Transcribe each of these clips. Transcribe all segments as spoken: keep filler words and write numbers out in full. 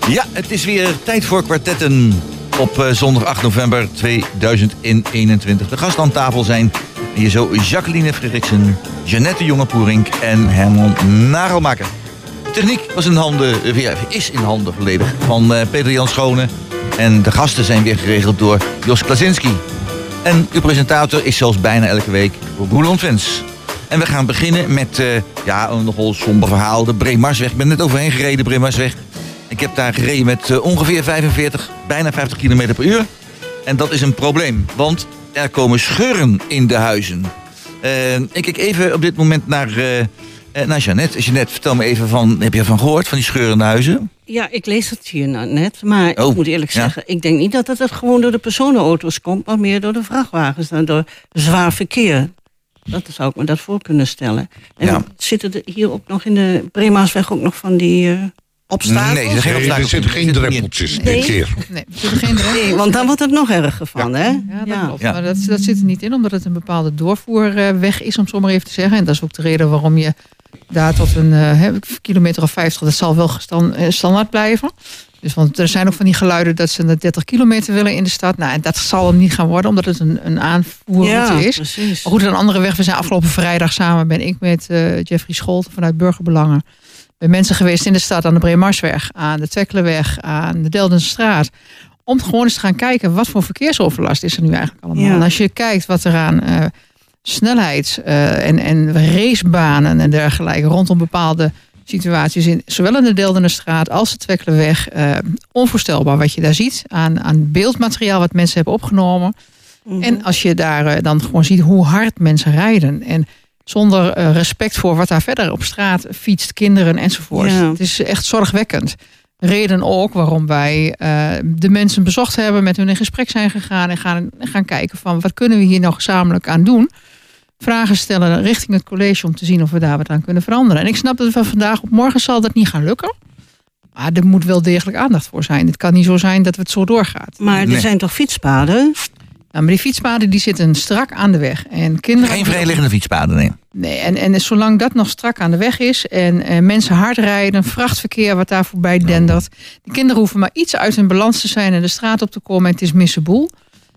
Ja, het is weer tijd voor kwartetten op uh, zondag acht november tweeduizend eenentwintig. De gasten aan tafel zijn hier zo Jacqueline Fredriksen, Jeannette Jonge-Poerink en Herman Nagelmaker. De techniek was in handen, uh, is in handen volledig van uh, Peter Jan Schone. En de gasten zijn weer geregeld door Jos Klasinski. En uw presentator is zoals bijna elke week Roland Vens. En we gaan beginnen met uh, ja, een nogal somber verhaal. De Breemarsweg. Ik ben net overheen gereden, Breemarsweg. Ik heb daar gereden met uh, ongeveer vijfenveertig, bijna vijftig kilometer per uur. En dat is een probleem, want er komen scheuren in de huizen. Uh, ik kijk even op dit moment naar, uh, uh, naar Jeannette. Jeannette, vertel me even, van, heb je ervan gehoord, van die scheuren in de huizen? Ja, ik lees het hier nou net, maar oh, ik moet eerlijk ja. zeggen... ik denk niet dat het gewoon door de personenauto's komt... maar meer door de vrachtwagens, dan door zwaar verkeer. Dat zou ik me dat voor kunnen stellen. En Ja. zitten er hier ook nog in de Breemarsweg ook nog van die uh, obstakels? Nee, er zijn geen Nee, obstakels. er zitten geen drempeltjes Nee. dit keer. Nee, er zitten geen drempels. Nee, want dan wordt het nog erger van, hè? Ja, dat klopt. Ja. Maar dat, dat zit er niet in, omdat het een bepaalde doorvoerweg is, om het zo maar even te zeggen. En dat is ook de reden waarom je daar tot een uh, kilometer of vijftig, dat zal wel gestan, uh, standaard blijven. Dus, want er zijn ook van die geluiden dat ze dertig kilometer willen in de stad. Nou, en dat zal hem niet gaan worden, omdat het een, een aanvoerroute Ja, is. precies. Maar goed, een andere weg. We zijn afgelopen vrijdag samen, ben ik met uh, Jeffrey Scholten vanuit Burgerbelangen. bij mensen geweest in de stad aan de Breemarsweg, aan de Twekkelenweg, aan de Deldenstraat. Om gewoon eens te gaan kijken wat voor verkeersoverlast is er nu eigenlijk allemaal. Ja. En als je kijkt wat er aan uh, snelheid uh, en, en racebanen en dergelijke rondom bepaalde situaties in, zowel in de Deldenstraat als de Twekkelenweg, uh, onvoorstelbaar wat je daar ziet aan, aan beeldmateriaal wat mensen hebben opgenomen. Mm-hmm. En als je daar uh, dan gewoon ziet hoe hard mensen rijden en zonder uh, respect voor wat daar verder op straat fietst, kinderen enzovoort. Ja. Het is echt zorgwekkend. Reden ook waarom wij uh, de mensen bezocht hebben, met hun in gesprek zijn gegaan en gaan, gaan kijken van wat kunnen we hier nou gezamenlijk aan doen. Vragen stellen richting het college om te zien of we daar wat aan kunnen veranderen. En ik snap dat van vandaag op morgen zal dat niet gaan lukken. Maar er moet wel degelijk aandacht voor zijn. Het kan niet zo zijn dat het zo doorgaat. Maar er Nee. zijn toch fietspaden? Nou, maar die fietspaden die zitten strak aan de weg. En kinderen Geen vrijliggende fietspaden, nee. Nee, en, en zolang dat nog strak aan de weg is en eh, mensen hard rijden, vrachtverkeer wat daar voorbij dendert. De kinderen hoeven maar iets uit hun balans te zijn en de straat op te komen en het is misseboel.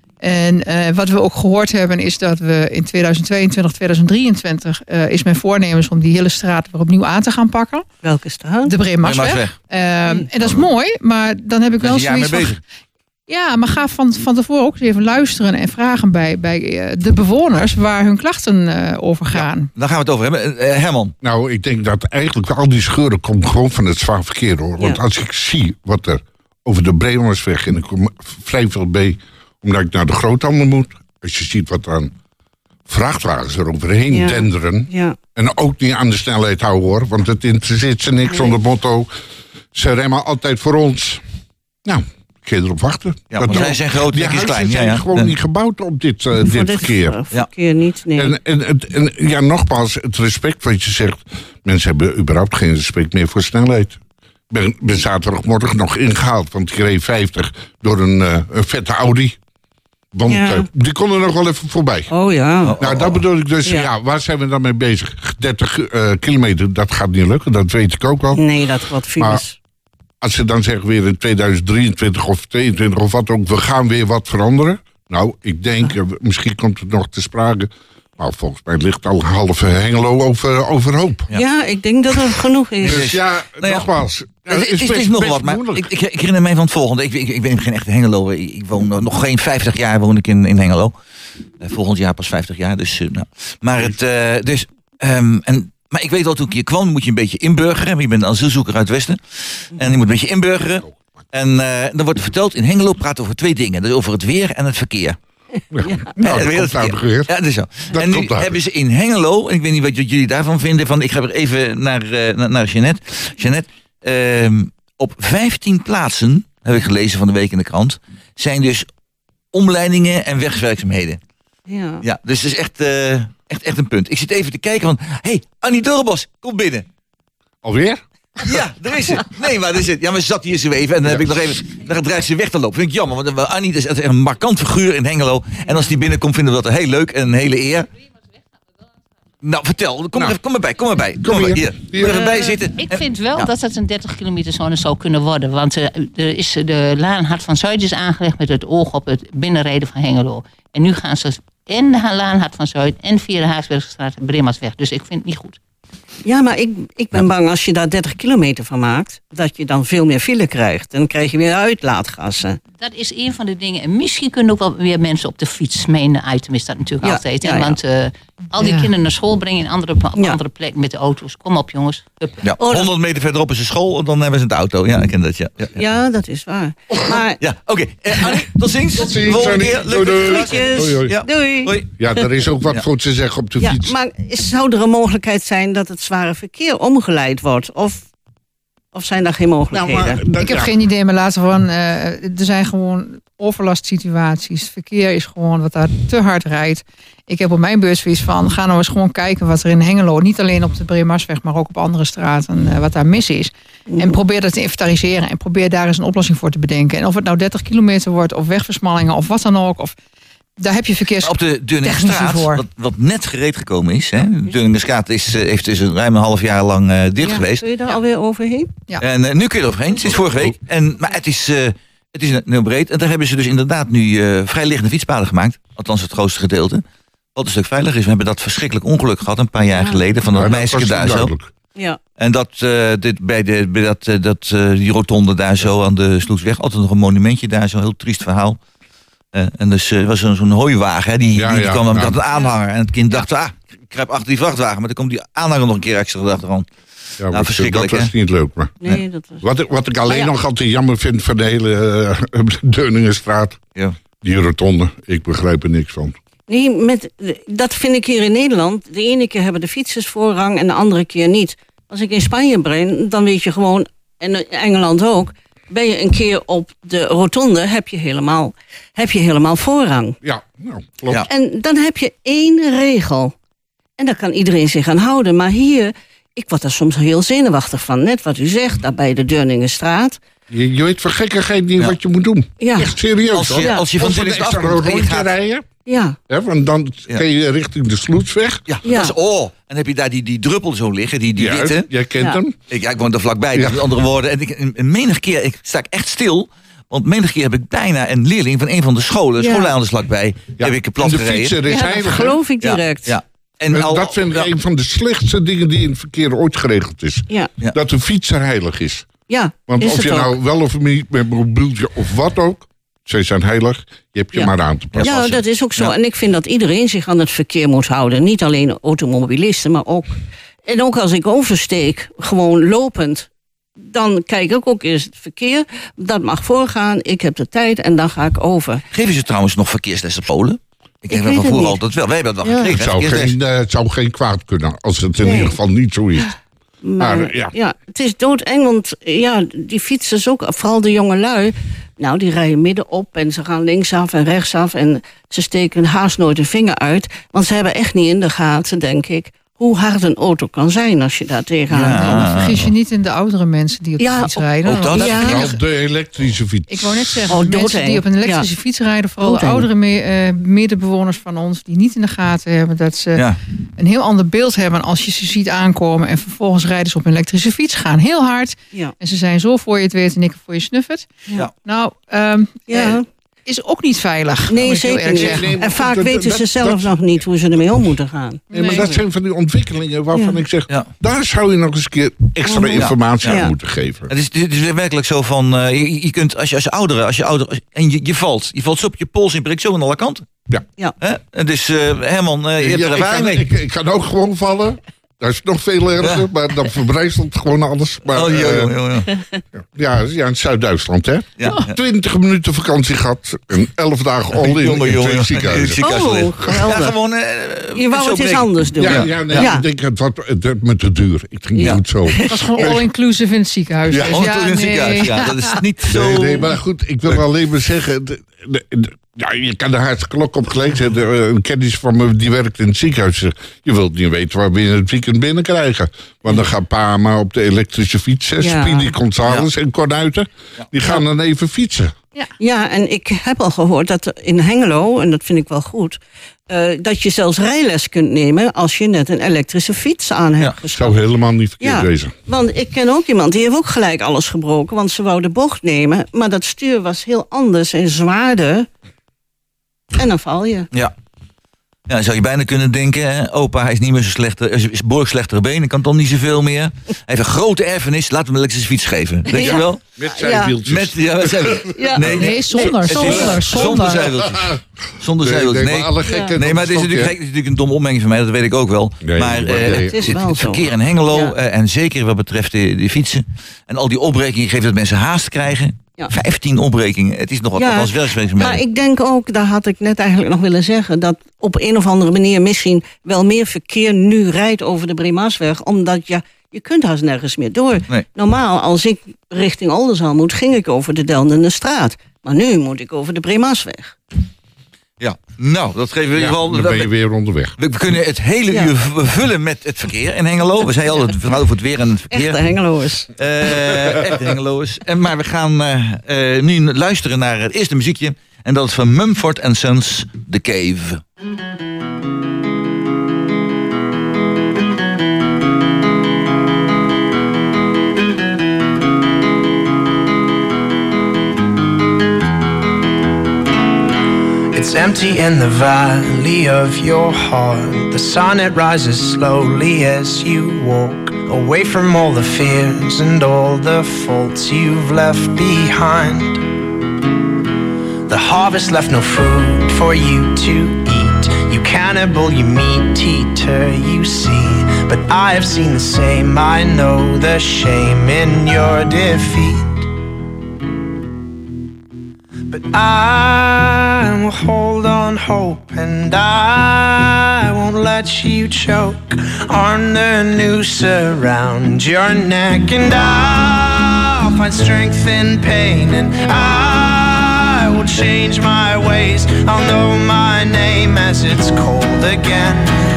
En uh, wat we ook gehoord hebben is dat we in tweeduizend tweeëntwintig, tweeduizend drieëntwintig uh, is mijn voornemens om die hele straat weer opnieuw aan te gaan pakken. Welke straat? De Breemarsweg. Breemarsweg. Um, en dat is mooi, maar dan heb ik Daar wel is een jaar zoiets mee van... bezig. Ja, maar ga van, van tevoren ook eens even luisteren en vragen bij, bij uh, de bewoners waar hun klachten uh, over gaan. Daar gaan we het over hebben. Uh, Herman. Nou, ik denk dat eigenlijk al die scheuren komt gewoon van het zwaar verkeer, hoor. Want Ja. als ik zie wat er over de Breemarsweg, en ik kom vrij veel bij, omdat ik naar de groothandel moet. Als je ziet wat aan vrachtwagens er overheen Ja. denderen. Ja. En ook niet aan de snelheid houden, hoor. Want het interesseert ze niks onder het motto, ze remmen altijd voor ons. Nou, ik ga erop wachten. Ja, Dat want ook- zij zijn groot, die ik is huizen klein. Ja, zijn ja. gewoon Ja. niet gebouwd op dit, uh, Voor dit dit verkeer. ver- verkeer niet, nee. En, en, en, en ja, nogmaals, het respect wat je zegt. Mensen hebben überhaupt geen respect meer voor snelheid. Ik ben, ben zaterdagmorgen nog ingehaald, want ik reed vijftig door een, uh, een vette Audi. Want Ja. uh, die kon er nog wel even voorbij. Oh ja. Nou, dat bedoel ik dus, Ja. ja. Waar zijn we dan mee bezig? dertig uh, kilometer, dat gaat niet lukken, dat weet ik ook wel. Nee, dat wat files. Als ze dan zeggen weer in tweeduizend drieëntwintig of tweeëntwintig of wat ook, we gaan weer wat veranderen. Nou, ik denk, uh, misschien komt het nog te sprake. Maar volgens mij ligt al half Hengelo over, overhoop. Ja. Ja. ik denk dat het genoeg is. Dus ja, Nou ja, nogmaals. Het is, het is nog wat, maar ik, ik, ik herinner mij van het volgende. Ik, ik, ik ben geen echte Hengelo. Ik, ik woon nog- nog geen vijftig jaar woon ik in, in Hengelo. Uh, volgend jaar pas vijftig jaar. Dus, uh, nou. Maar, het, uh, dus, um, en, maar ik weet wel, toen ik hier kwam, moet je een beetje inburgeren. Want je bent een asielzoeker uit het Westen. En je moet een beetje inburgeren. En uh, dan wordt er verteld, in Hengelo praten over twee dingen. Dus over het weer en het verkeer. Nou, Ja, dat het komt uit weer. Ja, dat is zo. Dat en nu komt uit. hebben ze in Hengelo, en ik weet niet wat jullie daarvan vinden, van, ik ga er even naar, uh, naar, naar Jeannette. Jeannette, um, op vijftien plaatsen, heb ik gelezen van de week in de krant, zijn dus omleidingen en wegwerkzaamheden. Ja. Ja, dus het is echt, uh, echt, echt een punt. Ik zit even te kijken van, hé, hey, Annie Dorrebos, kom binnen. Alweer? Ja, daar is ze. Nee, maar daar is het. Ja, maar ze zat hier zo even en dan heb ik nog even, dan draait ze weg te lopen. Vind ik jammer, want Annie is echt een markant figuur in Hengelo. En als die binnenkomt, vinden we dat heel leuk en een hele eer. Nou, vertel. Kom, Nou. er, kom erbij, kom erbij. Kom, Kom erbij. hier. Hier. Hier. Kom er erbij Eh, zitten. Ik En- vind wel ja. dat het een dertig kilometer zone zou kunnen worden. Want uh, er is de Laan Hart van Zuid is aangelegd met het oog op het binnenrijden van Hengelo. En nu gaan ze en de Laan Hart van Zuid en via de Haasbergstraat en Brimmersweg. Dus ik vind het niet goed. Ja, maar ik, ik ben bang als je daar dertig kilometer van maakt, dat je dan veel meer file krijgt. En dan krijg je weer uitlaatgassen. Dat is een van de dingen. En misschien kunnen ook wel weer mensen op de fiets. Mijn item is dat natuurlijk Ja, altijd. hè. ja, ja. Want uh, al die Ja. kinderen naar school brengen in andere, op Ja. andere plekken met de auto's. Kom op jongens. Hup. Ja, Oh, dat- honderd meter verderop is een school en dan hebben ze het auto. Ja, ik ken dat, ja. Ja, ja. Ja, dat is waar. Maar Ja, oké. Eh, Annie, tot ziens. Tot ziens, Volgende Annie. keer. Leuk Doei, doei. dat je er was. Hoi, hoi. Ja. doei. Hoi. Ja, er is ook wat Ja. voor te zeggen op de Ja, fiets. maar zou er een mogelijkheid zijn dat het zware verkeer omgeleid wordt? Of, of zijn daar geen Nou, mogelijkheden? maar, dat- Ik heb ja. geen idee, maar laten we van. eh, er zijn gewoon overlastsituaties. Het verkeer is gewoon wat daar te hard rijdt. Ik heb op mijn beurt zoiets van, ga nou eens gewoon kijken wat er in Hengelo, niet alleen op de Breemarsweg, maar ook op andere straten, eh, wat daar mis is. En probeer dat te inventariseren en probeer daar eens een oplossing voor te bedenken. En of het nou dertig kilometer wordt, of wegversmallingen, of wat dan ook. Of, daar heb je verkeers... Op de Technici Deurningenstraat, voor. wat, wat net gereed gekomen is. Hè. De Deurningenstraat is, eh, heeft dus een ruim een half jaar lang eh, dicht Ja, geweest. kun je daar alweer overheen? Ja. En eh, nu kun je er overheen, sinds vorige week. En, maar het is, eh, het is heel breed. En daar hebben ze dus inderdaad nu eh vrijliggende fietspaden gemadit. Althans het grootste gedeelte. Wat een stuk veiliger is. We hebben dat verschrikkelijk ongeluk gehad een paar jaar Ja. geleden. Van dat Ja, meisje was daar zo. duidelijk. Ja. En dat, eh, dit, bij, de, bij dat, eh, dat, eh, die rotonde daar zo aan de Sloesweg. Altijd nog een monumentje daar, zo'n heel triest verhaal. Eh, en dus eh, was er zo'n hooiwagen, hè, die, Ja, die, die ja, kwam dan ja. met een aanhanger. En het kind dacht, ah, ik kruip achter die vrachtwagen. Maar dan komt die aanhanger nog een keer extra achteraan. Ja, was- verschrikkelijk, dat was hè? niet leuk. Maar. Nee, dat was... Wat, ik- wat ik alleen Maar ja. nog altijd jammer vind van de hele uh, Deuningenstraat. Ja. Die rotonde, ik begrijp er niks van. Nee, met, dat vind ik hier in Nederland. De ene keer hebben de fietsers voorrang en de andere keer niet. Als ik in Spanje ben, dan weet je gewoon, en in Engeland ook, ben je een keer op de rotonde, heb je helemaal, heb je helemaal voorrang. Ja, nou, klopt. Ja. En dan heb je één regel. En daar kan iedereen zich aan houden. Maar hier, ik word daar soms heel zenuwachtig van. Net wat u zegt, daar bij de Deurningenstraat. Je, je weet voor gekkigheid niet Ja. wat je moet doen. Ja, Echt serieus. Als je, hoor. als je van Of een Deurningenstraat extra afkomt en je rondje gaat... rijden. ja, Hè, want dan Ja. kun je richting de Sloetsweg. Ja, Ja. Dat is, oh, en dan heb je daar die, die druppel zo liggen, die, die Ja, witte. jij kent Ja. hem. Ik, ja, ik woon er vlakbij, Ja. met andere woorden. En ik, en, en menig keer ik, sta ik echt stil. Want menig keer heb ik bijna een leerling van een van de scholen, Ja. schoolleiders vlakbij, Ja. heb ik En plat de gereden. fietser is ja dat heilig. hè? geloof ik Ja, direct. Ja. En En al- dat vind ik ja. een van de slechtste dingen die in het verkeer ooit geregeld is. Ja, Ja. Dat de fietser heilig is. ja Want is of het je ook. nou wel of niet met mobieltje of wat ook, zij zijn heilig. Je hebt je Ja. maar aan te passen. Ja, dat is ook zo. Ja. En ik vind dat iedereen zich aan het verkeer moet houden. Niet alleen automobilisten, maar ook... En ook als ik oversteek, gewoon lopend... dan kijk ik ook eerst het verkeer. Dat mag voorgaan, ik heb de tijd en dan ga ik over. Geven ze trouwens nog verkeersles op Polen? Ik Ik heb weet van het vroeger niet. altijd wel. Wij hebben dat wel Ja. gekregen. Het hè, zou, verkeersles. geen, eh, het zou geen kwaad kunnen als het in Nee. ieder geval niet zo is. Maar, Maar, ja. ja. het is doodeng, want ja, die fietsers ook, vooral de jonge lui... nou, die rijden middenop en ze gaan linksaf en rechtsaf... en ze steken haast nooit een vinger uit. Want ze hebben echt niet in de gaten, denk ik... hoe hard een auto kan zijn als je daar tegenaan Ja. komt. Nou, vergis je niet in de oudere mensen die op de Ja, fiets ook- rijden. ook dat. Want- Ja. Wel de elektrische fiets. Ik wou net zeggen, Oh, de mensen doodeng. die op een elektrische Ja. fiets rijden, vooral de Doodeng. oudere me- eh, medebewoners van ons, die niet in de gaten hebben dat ze Ja. een heel ander beeld hebben als je ze ziet aankomen en vervolgens rijden ze op een elektrische fiets, gaan heel hard Ja. en ze zijn zo voor je het weet en ik voor je snuffert. Ja. Nou, ehm, Ja. eh, is ook niet veilig. Nee, moet ik heel zeker eerlijk niet. zeggen. Nee, maar En vaak dat- weten dat- ze zelf dat- nog niet hoe ze ermee om moeten gaan. Nee, maar Nee. dat zijn van die ontwikkelingen waarvan Ja. ik zeg... Ja. daar zou je nog eens een keer extra Ja. informatie Ja. aan moeten geven. Het is, het is werkelijk zo van, eh, je, je kunt als je als ouderen, als je ouder en je, je valt, je valt zo op je pols en breekt zo aan alle kanten. Ja. Ja. Hè? En dus eh, Herman, eh, je hebt Ja, er ik, ervaring kan, mee. ik, ik kan ook gewoon vallen. Dat is nog veel erger, Ja. maar dan verbrijzelt gewoon alles. Maar, Oh, joh, eh, joh, joh, joh. ja, ja, in Zuid-Duitsland, hè? Ja, ja. Twintig minuten vakantie gehad en elf dagen all in Jongen, in jongen, twee ziekenhuizen. ziekenhuis Oh, liggen. geweldig. Ja, gewoon, eh, Je wou zo het eens breken. anders doen. Ja, ja, nee, Ja. ik denk het wordt het wordt me te duur. Ik ging Ja. niet zo. Het was gewoon all-inclusive in het ziekenhuis. Ja, Dus Gewoon toen in het nee. ziekenhuis. Ja, dat is niet zo. Nee, nee, maar goed, ik wil alleen maar zeggen... de- de- de- ja, je kan er hartstikke klok op gelijk zetten. Een kennis van me die werkt in het ziekenhuis. zegt, je wilt niet weten waar we in het weekend binnenkrijgen. Want dan gaat pa maar op de elektrische fiets. hè, Ja. Speedy Gonzales en Cornuiten. Die gaan dan even fietsen. Ja, en ik heb al gehoord dat er in Hengelo, en dat vind ik wel goed... Uh, dat je zelfs rijles kunt nemen als je net een elektrische fiets aan hebt Ja, geschaft. zou helemaal niet verkeerd Ja, wezen. want ik ken ook iemand, die heeft ook gelijk alles gebroken. Want ze wou de bocht nemen, maar dat stuur was heel anders en zwaarder. En dan val je. Ja. Ja, dan zou je bijna kunnen denken, hè, opa, hij is niet meer zo slecht, is, is behoorlijk slechtere benen, kan toch niet zoveel meer. Hij heeft een grote erfenis, laten we hem lekker zijn fiets geven. Denk je Ja. wel? Met Ja. zijwieltjes. Met, ja, met zijwieltjes. Ja. Nee, Nee, zonder, het is zonder, zonder zonder. zijwieltjes. Zonder Nee, zijwieltjes. nee, Nee, maar alle gekken nee, maar het is natuurlijk, gek, het is natuurlijk een domme opmerking van mij, dat weet ik ook wel. Nee, maar maar eh, nee, het is het, wel het zo. verkeer in Hengelo, Ja. eh, en zeker wat betreft de, de fietsen, en al die opbrekingen geven dat mensen haast krijgen. Ja. vijftien opbrekingen, het is nog wat Ja, als werkzaamheden. Maar ik denk ook, daar had ik net eigenlijk nog willen zeggen, dat op een of andere manier misschien wel meer verkeer nu rijdt over de Bremasweg, omdat je, je kunt haast nergens meer door. Nee. Normaal, als ik richting Oldenzaal moet, ging ik over de Delnende straat. Maar nu moet ik over de Bremasweg. Ja, nou, dat geven we in Ja, ieder geval. dan ben je weer onderweg. We we kunnen het hele Ja. uur v- vullen met het verkeer in Hengelo. We zeiden al, het verhaal over het weer en het verkeer. Echte Hengeloers. Eh, echte Hengeloers. En, maar we gaan eh, eh, nu luisteren naar het eerste muziekje. En dat is van Mumford and Sons, The Cave. It's empty in the valley of your heart. The sun, it rises slowly as you walk away from all the fears and all the faults you've left behind. The harvest left no food for you to eat. You cannibal, you meat eater, you see. But I have seen the same, I know the shame in your defeat. But I will hold on hope, and I won't let you choke on the noose around your neck. And I'll find strength in pain, and I will change my ways. I'll know my name as it's cold again.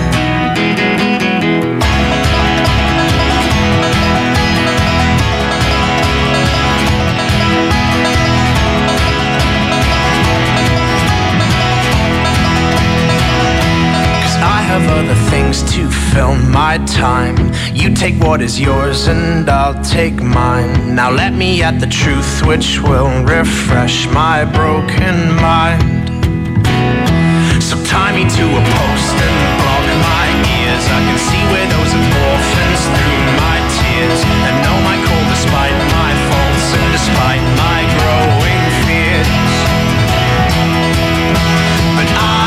Have other things to fill my time. You take what is yours and I'll take mine. Now let me at the truth which will refresh my broken mind. So tie me to a post and block my ears. I can see where those orphans through my tears, and know my call despite my faults and despite my growing fears. But I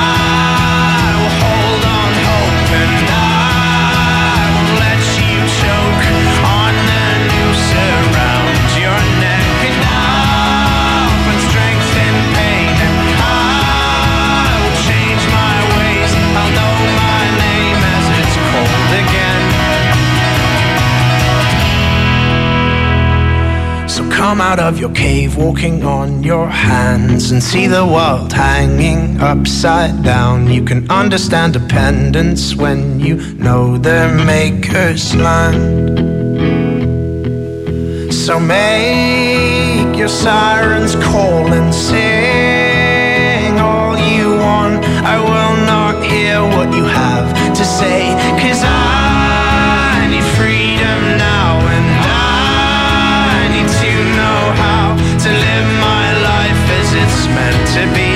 come out of your cave walking on your hands and see the world hanging upside down. You can understand dependence when you know their maker's land. So make your sirens call and sing all you want. I will not hear what you have to say, 'cause I need freedom now, and I need to know how to live my life as it's meant to be.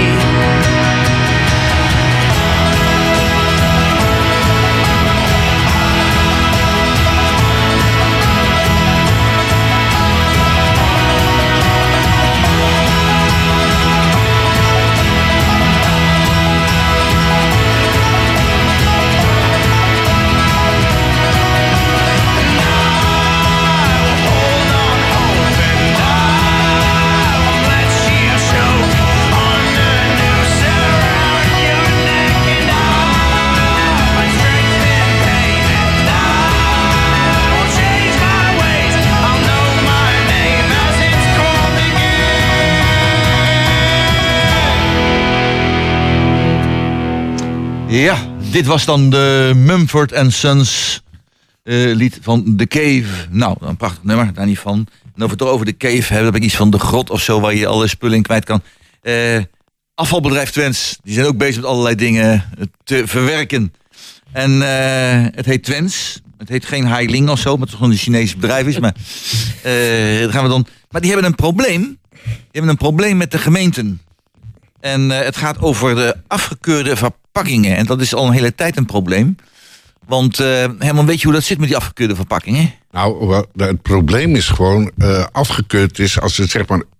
Ja, dit was dan de Mumford and Sons uh, lied van The Cave. Nou, een prachtig nummer, daar niet van. En over het over The Cave hebben, heb ik iets van de grot of zo, waar je alle spullen in kwijt kan. Uh, afvalbedrijf Twents, die zijn ook bezig met allerlei dingen te verwerken. En uh, het heet Twents. Het heet geen Hailing of zo, maar het is gewoon een Chinese bedrijf is. Maar, uh, dat gaan we dan. Maar die hebben een probleem. Die hebben een probleem met de gemeenten. En uh, het gaat over de afgekeurde verpakkingen. En dat is al een hele tijd een probleem. Want uh, Herman, weet je hoe dat zit met die afgekeurde verpakkingen? Nou, het probleem is gewoon uh, afgekeurd is als het zeg maar,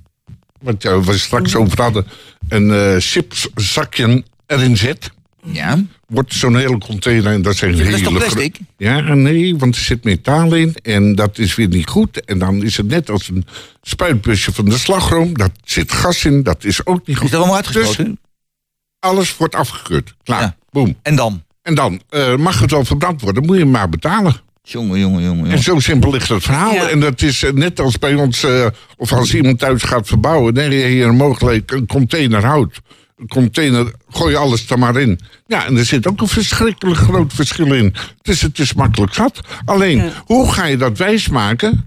wat uh, we straks over hadden, een uh, chipszakje erin zet. Ja. Wordt zo'n hele container en dat zijn hele... Dat is toch plastic? Ja, nee, want er zit metaal in en dat is weer niet goed. En dan is het net als een spuitbusje van de slagroom. Dat zit gas in, dat is ook niet goed. Is dat allemaal uitgesloten? Dus alles wordt afgekeurd. Klaar, ja. Boom. En dan? En dan uh, mag het wel verbrand worden, moet je hem maar betalen. Jongen, jongen, jongen. En zo simpel ligt het verhaal. Ja. En dat is uh, net als bij ons, uh, of als iemand thuis gaat verbouwen. Dan heb je hier mogelijk een container hout. Een container, gooi je alles er maar in. Ja, en er zit ook een verschrikkelijk groot verschil in. Dus het is makkelijk zat. Alleen, ja. Hoe ga je dat wijsmaken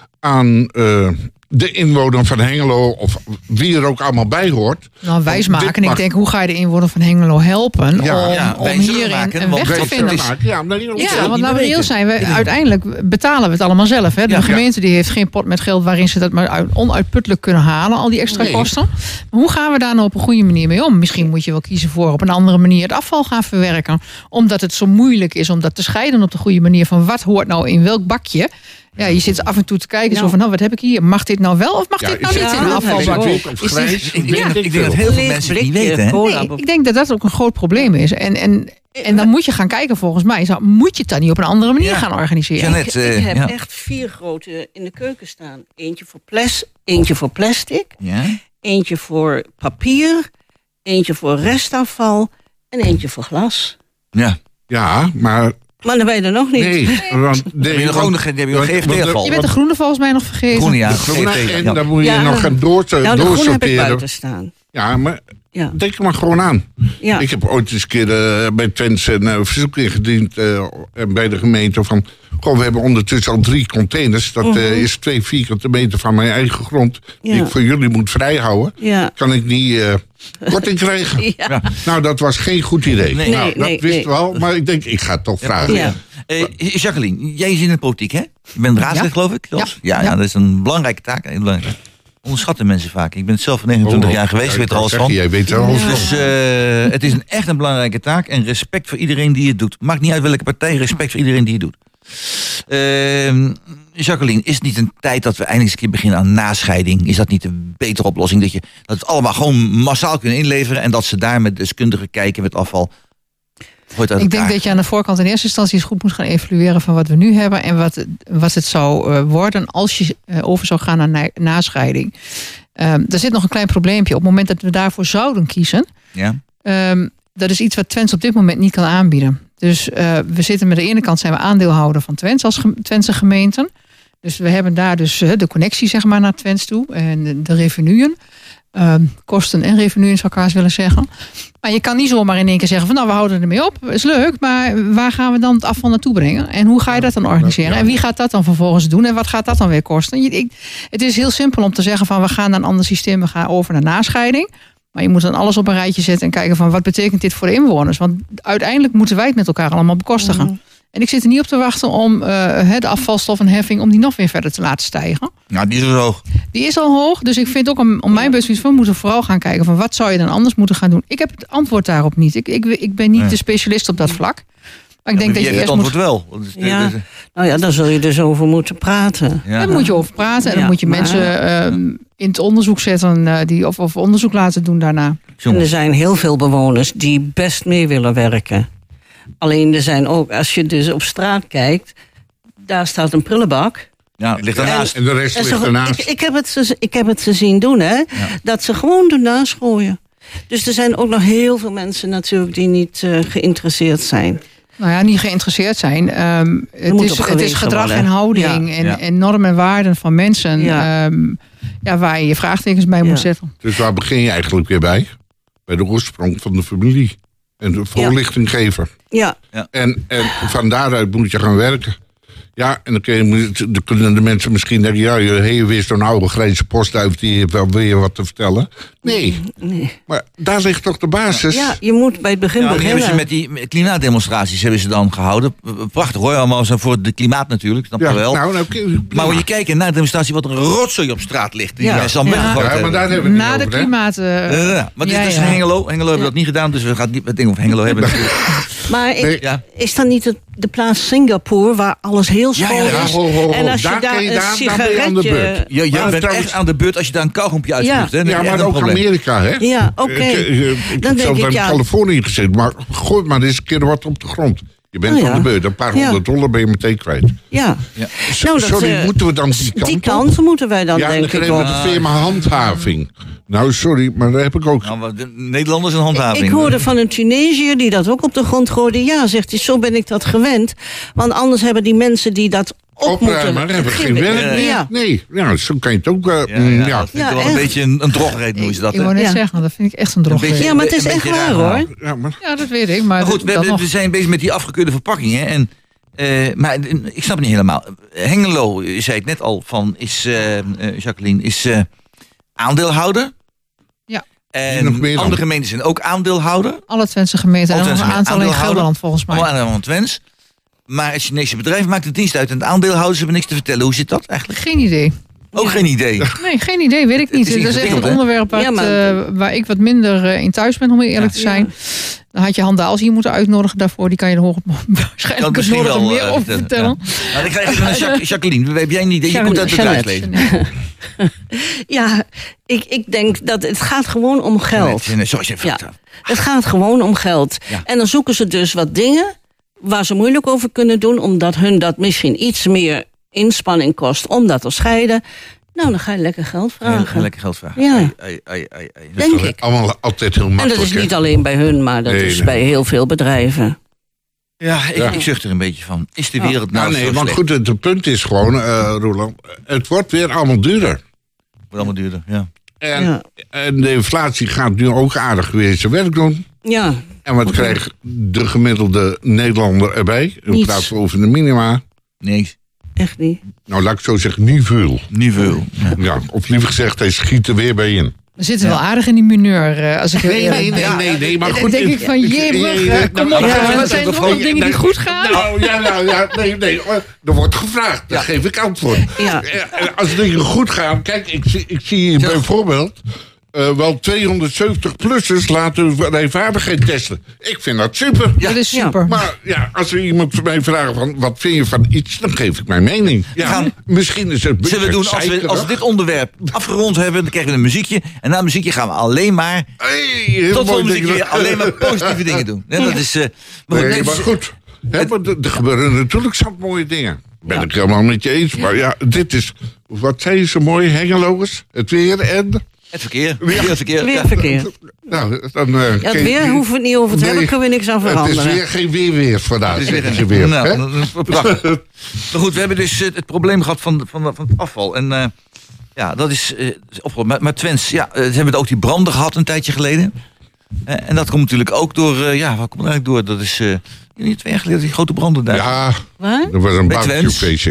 aan uh, de inwoner van Hengelo, of wie er ook allemaal bij hoort? Nou, wijsmaken. En mag... ik denk, hoe ga je de inwoner van Hengelo helpen ja, om, ja, om hierin maken, een weg te vinden? Ja, nee, ja, want laten we reëel zijn. We, uiteindelijk betalen we het allemaal zelf. Hè? De ja, gemeente die heeft geen pot met geld waarin ze dat maar uit, onuitputtelijk kunnen halen, al die extra nee. kosten. Maar hoe gaan we daar nou op een goede manier mee om? Misschien moet je wel kiezen voor op een andere manier het afval gaan verwerken. Omdat het zo moeilijk is om dat te scheiden op de goede manier van wat hoort nou in welk bakje. Ja, je zit af en toe te kijken nou. zo van, nou, wat heb ik hier? Mag dit nou wel of mag ja, dit nou niet in de afvalbak? Ik, ik, ja. ik denk dat heel veel mensen het niet weten. Hè? Nee, ik denk dat dat ook een groot probleem is. En, en, en dan moet je gaan kijken, volgens mij. Zou, moet je het dan niet op een andere manier ja. gaan organiseren? Jeannette, ik, ik heb ja. echt vier grote in de keuken staan. Eentje voor, plas, eentje voor plastic. Ja. Eentje voor papier. Eentje voor restafval. En eentje voor glas. Ja, ja maar... Maar dan ben je er nog niet. Nee, want, nee, heb je nog, want, heb je nog G F T-afval. Je bent de groene volgens mij nog vergeten. Groene, ja. De groene, G F T, en ja. dan moet je ja, nog gaan door, nou, de doorsorteren. Heb ik buiten staan. Ja, maar ja. denk er maar gewoon aan. Ja. Ik heb ooit eens een keer uh, bij Twents een uh, verzoek ingediend uh, bij de gemeente van... Goh, we hebben ondertussen al drie containers. Dat uh-huh. uh, is twee vierkante meter van mijn eigen grond. Ja. Die ik voor jullie moet vrijhouden. Ja. Kan ik niet uh, korting krijgen? Ja. Ja. Nou, dat was geen goed idee. Nee. Nou, nee, dat nee, wist nee. wel, maar ik denk, ik ga het toch vragen. Ja. Ja. Uh, Jacqueline, jij zit in de politiek, hè? Je bent raadslid, ja. geloof ik? Ja. Ja, ja, dat is een belangrijke taak. Heel belangrijk. Onderschatten mensen vaak. Ik ben het zelf negenentwintig oh, jaar geweest, ja, weet er alles van. Jij weet er alles van. Dus uh, het is een, echt een belangrijke taak. En respect voor iedereen die het doet. Maakt niet uit welke partij, respect voor iedereen die het doet. Uh, Jacqueline, is het niet een tijd dat we eindelijk eens een keer beginnen aan nascheiding? Is dat niet een betere oplossing? Dat je dat het allemaal gewoon massaal kunnen inleveren en dat ze daar met deskundigen kijken met afval. Ik denk dat je aan de voorkant in eerste instantie eens goed moet gaan evalueren van wat we nu hebben en wat, wat het zou uh, worden als je uh, over zou gaan naar na- nascheiding. Um, er zit nog een klein probleempje. Op het moment dat we daarvoor zouden kiezen, ja. um, dat is iets wat Twents op dit moment niet kan aanbieden. Dus uh, we zitten met de ene kant zijn we aandeelhouder van Twents als ge- Twentse gemeenten. Dus we hebben daar dus uh, de connectie zeg maar naar Twents toe en de, de revenuen. Uh, kosten en revenuen zou ik elkaar willen zeggen. Maar je kan niet zomaar in één keer zeggen van nou we houden ermee op. Is leuk, maar waar gaan we dan het afval naartoe brengen? En hoe ga je dat dan organiseren? En wie gaat dat dan vervolgens doen? En wat gaat dat dan weer kosten? Je, ik, het is heel simpel om te zeggen van we gaan naar een ander systeem. We gaan over naar nascheiding. Maar je moet dan alles op een rijtje zetten en kijken van wat betekent dit voor de inwoners? Want uiteindelijk moeten wij het met elkaar allemaal bekostigen. Mm. En ik zit er niet op te wachten om uh, de afvalstoffenheffing om die nog weer verder te laten stijgen. Nou, die is al hoog. Die is al hoog, dus ik vind ook om, om mijn beurt van we moeten vooral gaan kijken van wat zou je dan anders moeten gaan doen. Ik heb het antwoord daarop niet. Ik, ik, ik ben niet nee. de specialist op dat vlak. Maar ik ja, denk dat je eerst het antwoord moet... wel. Ja. Nou ja, daar zul je dus over moeten praten. Ja. Daar moet je over praten en dan ja, moet je maar... mensen uh, in het onderzoek zetten uh, die, of, of onderzoek laten doen daarna. En er zijn heel veel bewoners die best mee willen werken. Alleen er zijn ook, als je dus op straat kijkt, daar staat een prullenbak. Ja, het ligt ernaast. En, en de rest en ligt ze, ernaast. Ik, ik, heb het, ik heb het ze zien doen, hè. Ja. Dat ze gewoon ernaast gooien. Dus er zijn ook nog heel veel mensen natuurlijk die niet uh, geïnteresseerd zijn. Nou ja, niet geïnteresseerd zijn. Um, het, is, het is gedrag worden. En houding ja. En, ja. en normen en waarden van mensen ja. Um, ja, waar je je vraagtekens bij ja. moet zetten. Dus waar begin je eigenlijk weer bij? Bij de oorsprong van de familie. En de voorlichting geven. Ja. ja. En, en van daaruit moet je gaan werken. Ja, en dan, kun je, dan kunnen de mensen misschien denken... ja, je weer zo'n oude grijze postduif... die heeft wel weer wat te vertellen. Nee, Nee. maar daar ligt toch de basis. Ja, je moet bij het begin Ja, maar die beginnen. hebben ze met die klimaatdemonstraties hebben ze dan gehouden. Prachtig hoor, allemaal zo voor het klimaat natuurlijk, snap je Ja, wel. nou, nou, prima. Maar moet je kijken naar de demonstratie wat een rotzooi op straat ligt. Die Ja. mensen dan Ja. weggegooid Ja, maar hebben. daar hebben we het Na niet de over, hè? klimaat... eh, Ja, ja. Maar dit ja, is ja. in Hengelo. Hengelo hebben dat niet gedaan, dus we gaan niet het ding over Hengelo hebben natuurlijk. Maar ik, Nee. Ja. is dan niet het, de plaats Singapore waar alles heel Ja, schoon ja, ja. is? Ho, ho, ho. En als je Daar daar kun je een daar- daar ben je aan de sigaretje... beurt. Je, je Maar bent trouwens- echt aan de beurt als je daar een kauwgompje uitspuugt. hè? Dan Ja, heb je echt maar een ook probleem. Amerika, hè? Ja, oké. Ik, eh, ik Dan heb denk zelfs ik, in ja. Californië gezeten. Maar gooi maar eens een keer wat op de grond. Je bent Oh, ja. aan de beurt. Een paar Ja. honderd dollar ben je meteen kwijt. Ja. Ja. Nou, dat, sorry, eh, moeten we dan die kant Die op? kant moeten wij dan, Ja, dan denk ik, krijgen we op. de firma handhaving. Nou, sorry, maar daar heb ik ook... Nou, wat- de Nederlanders een handhaving. Ik hoorde van een Tunesiër die dat ook op de grond gooide. Ja, zegt hij, zo ben ik dat gewend. Want anders hebben die mensen die dat op Opruimen, moeten... hebben geen geven- werk meer. Ja. Nee, ja, zo kan je het ook... eh, Ja, mm, ja, ja. dat vind ik Ja, wel een echt. beetje een, een drogreed, noemen ze dat. Ik hè? wou net Ja. zeggen, dat vind ik echt een drogreed. beetje- Ja, maar het is een echt beetje waar, raar hoor. Ja, maar... Ja, dat weet ik. Maar, Maar goed, we, dan we, nog. we zijn bezig met die afgekeurde verpakkingen. En, eh, maar eh, ik snap het niet helemaal. Hengelo, je zei het net al, van, is, eh, eh, Jacqueline, is eh, aandeelhouder. Ja. En Nog meer dan? andere gemeenten zijn ook aandeelhouder. Alle Twentse gemeenten en Alle nog een Twentse aantal in aandeelhouder. Gelderland volgens mij. Allemaal aan Twents. Maar het Chinese bedrijf maakt de dienst uit. En de aandeelhouders hebben niks te vertellen. Hoe zit dat eigenlijk? Geen idee. Ook geen idee. Nee, geen idee, weet ik niet. Het is Dat is echt een ingewikkeld, hè? onderwerp waar, Ja, het, maar- eh, waar ik wat minder eh, in thuis ben, om heel eerlijk Ja. te zijn. Dan had je Han Daals hier moeten uitnodigen daarvoor. Die kan je er hoog- waarschijnlijk het misschien nodige wel, meer eh, over vertellen. Ja. Nou, ik ga even naar Jacques- Jacqueline. Heb jij een idee? Je Jeanette, komt uit het Jeanette. bedrijfsleven. Ja, ik, ik denk dat het gaat gewoon om geld. Jeanette, Zoals je Ja. vertelt. Het gaat gewoon om geld. Ja. En dan zoeken ze dus wat dingen waar ze moeilijk over kunnen doen, omdat hun dat misschien iets meer inspanning kost om dat te scheiden. Nou, dan ga je lekker geld Ja, vragen. lekker geld vragen. Ja. Ai, ai, ai, ai, ai. Denk Dat is ik. allemaal altijd heel En makkelijk. dat is niet hè? alleen bij hun, maar dat Nee, is nee. bij heel veel bedrijven. Ja, ik, Ja. ik zucht er een beetje van. Is de Oh. wereld nou Ah, nee, zo maar slecht? goed, het het punt is gewoon, eh Roland, het wordt weer allemaal duurder. Wordt allemaal duurder, ja. En, Ja. en de inflatie gaat nu ook aardig weer zijn werk doen. Ja, En wat krijgt de gemiddelde Nederlander erbij? In Niets. plaats van over de minima. Nee, echt niet. Nou, laat ik zo zeggen, niet veel. niet veel. Ja. Ja, of liever gezegd, hij schiet er weer bij in. We zitten wel aardig in die mineur, eh, als ik heel Nee, eerlijk nee, ben. nee, nee, nee, maar Dan goed. denk ik van, jee, nee, brug, kom op. nou, Ja, nou, wat zijn er nou, nog dingen die goed gaan? Nou, ja, nou, ja, nee, nee. Er wordt gevraagd, dan geef ik antwoord. Ja. Eh, Als dingen goed gaan, kijk, ik zie, ik zie hier bijvoorbeeld eh, wel tweehonderdzeventig-plussers laten hun rijvaardigheid testen. Ik vind dat super. Ja. Dat is Ja. super. Maar ja, als er iemand van mij vraagt van wat vind je van iets, dan geef ik mijn mening. Ja, gaan- misschien is het een beetje Zullen we doen, als we, zeikerig. als we dit onderwerp afgerond hebben, dan krijgen we een muziekje. En na het muziekje gaan we alleen maar, Hey, heel tot mooi voor muziekje, ding. alleen maar positieve dingen doen. Ja, dat is, eh, maar goed, Nee, nee, maar dus- goed. Hè, maar er er gebeuren natuurlijk zat mooie dingen. Ben ik helemaal met je eens. Maar ja, dit is, wat zei je zo mooi, Hengeloers? Het weer en... Het verkeer. Weer het verkeer. Weer ja. verkeer. Nou, dan, eh, Ja, kun het je- weer hoeven we het niet over te hebben, Nee, kunnen we niks aan Het veranderen. is weer geen weerweer vandaag. Het is weer zeggen een ze weer, nou, hè? dat is wel prachtig. Maar goed, we hebben dus eh, het probleem gehad van, van, van het afval. En eh, ja, dat is eh, is opgelost. Maar, maar Twents, ja, eh, ze hebben ook die branden gehad een tijdje geleden. Eh, en dat komt natuurlijk ook door, eh, ja, wat komt er eigenlijk door? Dat is eh, niet twee jaar geleden, die grote branden daar. Ja, Waar? er was een Bij Twents. barbecuefeestje.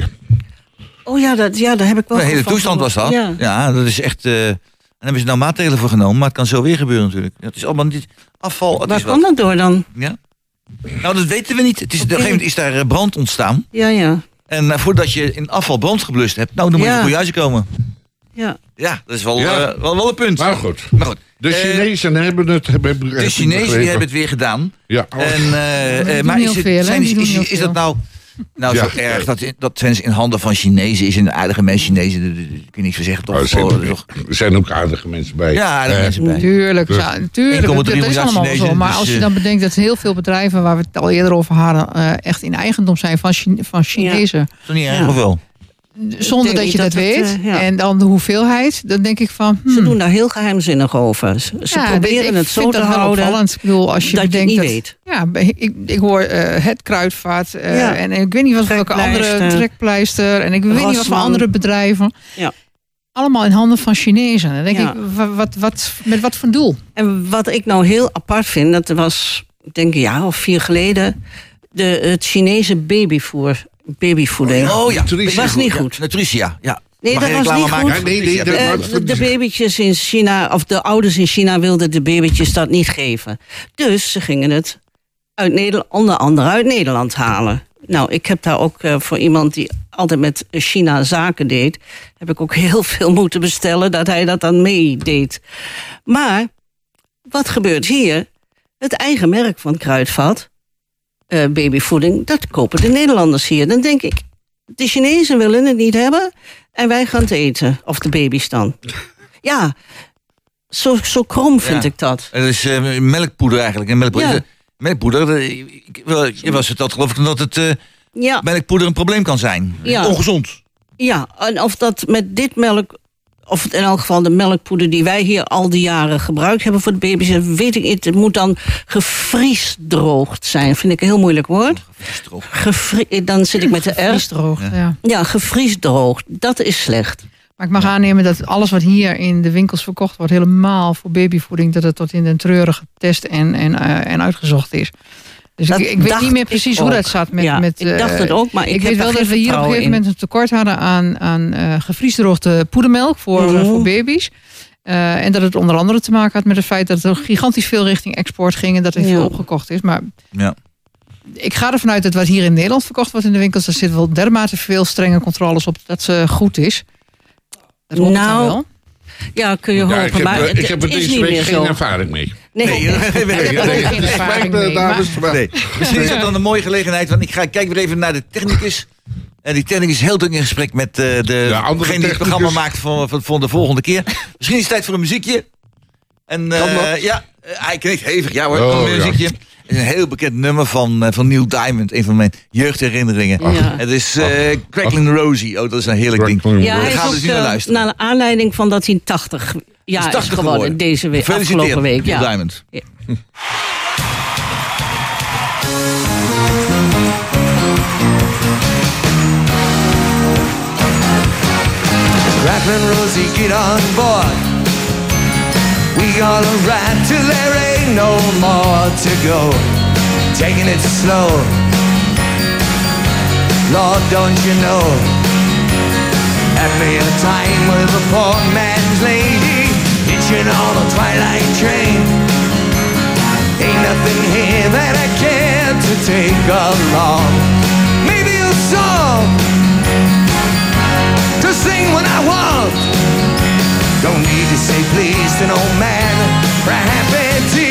Oh ja, dat, ja, daar heb ik wel De hele van toestand was dat. gehoord. Ja, Ja. dat is echt... eh en daar hebben ze nou maatregelen voor genomen, maar het kan zo weer gebeuren natuurlijk. Ja, het is allemaal niet afval. Het Waar is kwam wat, dat door dan? ja? Nou, dat weten we niet. Het is, Op een gegeven moment is daar eh, brand ontstaan. Ja, ja. En eh, voordat je in afval brand geblust hebt, nou, dan moet je Ja. op goede huizen komen. ja. Ja, dat is wel, Ja. eh, wel, wel een punt. Maar goed, Maar goed, de eh, Chinezen hebben het... Hebben, de Chinezen die hebben het weer gedaan. Ja, En, eh, eh, doen maar heel is, het, veel, hè? zijn, Die is, doen is, heel is veel. dat nou, nou Ja. zo erg dat, dat Twents in handen van Chinezen is? En aardige mensen Chinezen, daar daar kun je niks van zeggen. Toch? er, zijn Oh, ook, toch? er zijn ook aardige mensen bij. Ja, aardige Eh, mensen bij. Tuurlijk, Dus- ja, tuurlijk. één komma Dat, drie dat is miljard allemaal wel zo. Chinezen, Maar dus, als je eh, dan bedenkt dat heel veel bedrijven, waar we het al eerder over hadden, eh, echt in eigendom zijn van, Chine- van Chinezen. Is toch niet erg Ja. of wel? Zonder denk dat je niet dat, dat het, weet. eh, ja. En dan de hoeveelheid. Dan denk ik van. Ze hmm, doen daar heel geheimzinnig over. Ze, ze ja, proberen ik het zo vind te dat wel houden opvallend. Ik bedoel, als je dat je het bedenkt niet dat, weet. Ja, ik, ik hoor eh, het kruidvat. eh, Ja. en, ik weet niet wat welke andere Trekpleister. trekpleister. En ik weet niet wat voor Rossmann. andere bedrijven. Ja. Allemaal in handen van Chinezen. Dan denk Ja. ik, wat, wat, wat, met wat voor doel? En wat ik nou heel apart vind, dat was, ik denk een jaar of vier geleden, de, het Chinese babyvoer babyvoeding. Oh ja, Nutritia. was niet Ja, goed. Nutritia, ja. Nee, Mag dat je was reclame niet maken? goed. Nee, nee, dat- Eh, maar- de, de babytjes in China, of de ouders in China wilden de babytjes dat niet geven. Dus ze gingen het uit Nederland, onder andere uit Nederland halen. Nou, ik heb daar ook uh, voor iemand die altijd met China zaken deed, heb ik ook heel veel moeten bestellen dat hij dat dan meedeed. Maar wat gebeurt hier? Het eigen merk van Kruidvat, uh, babyvoeding, dat kopen de Nederlanders hier. Dan denk ik, de Chinezen willen het niet hebben en wij gaan het eten. Of de baby's dan. Ja, zo, zo krom vind Ja. ik dat. Het is uh, melkpoeder eigenlijk. En melkpoeder, Ja. melkpoeder uh, ik, wel, je was het dat geloof ik dat het uh, Ja, melkpoeder een probleem kan zijn. Ja. Ongezond. ja, en of dat met dit melk, of in elk geval de melkpoeder die wij hier al die jaren gebruikt hebben voor de baby's, dat weet ik niet. Het moet dan gevriesdroogd zijn. Vind ik een heel moeilijk woord. Gevrie- dan zit ik met de R. Vriesdroog, ja. Ja. Ja, gevriesdroogd. Dat is slecht. Maar ik mag aannemen dat alles wat hier in de winkels verkocht wordt, helemaal voor babyvoeding, dat het tot in den treuren getest en, en, uh, en uitgezocht is. Dus Dat ik, ik weet dacht niet meer ik precies hoe ook. dat zat met... Ja, met ik dacht het ook, maar ik ik heb weet wel daar dat we geen hier op een vertrouwen gegeven moment een tekort hadden aan, aan uh, gevriesdroogde poedermelk voor, Mhm. uh, voor baby's. Uh, en dat het onder andere te maken had met het feit dat er gigantisch veel richting export ging en dat er Ja. veel opgekocht is. Maar Ja. ik ga ervan uit dat wat hier in Nederland verkocht wordt in de winkels, daar zit wel dermate veel strenge controles op dat ze goed is. Dat hoop ik dan Nou, wel. Ja, kun je Ja, hopen, ik heb, maar eh, het, ik heb er het is deze niet week meer geen zo. ervaring mee. Nee, Nee, nee, nee, nee, Ik heb er ook geen ervaring mee, maar- nee. Misschien is het dan een mooie gelegenheid. Want ik ga kijken weer even naar de technicus. En die technicus is heel druk in gesprek met uh, de, Ja, andere degene die het programma technicus. maakt voor, voor, voor de volgende keer. Misschien is het tijd voor een muziekje. En uh, Kan dat? ja, uh, hij klinkt hevig. Ja hoor, Oh, een ja. muziekje. Het is een heel bekend nummer van, uh, van Neil Diamond. Een van mijn jeugdherinneringen. Ja. Het is uh, Crackling Rosie. Oh, dat is een heerlijk ding. Crackling Ja, Daar hij is gaan we ook dus naar uh, luisteren. naar aanleiding van dat hij tachtig jaar is, tachtig geworden, geworden. deze week, Gefeliciteerd, afgelopen week. Neil Ja. Diamond. Ja. Crackling Rosie, get on board. We gonna ride till there ain't no more to go. Taking it slow. Lord, don't you know? Had me a time with a poor man's lady, hitching on a twilight train. Ain't nothing here that I care to take along. Maybe a song to sing when I want. Don't need to say please to no man for a happy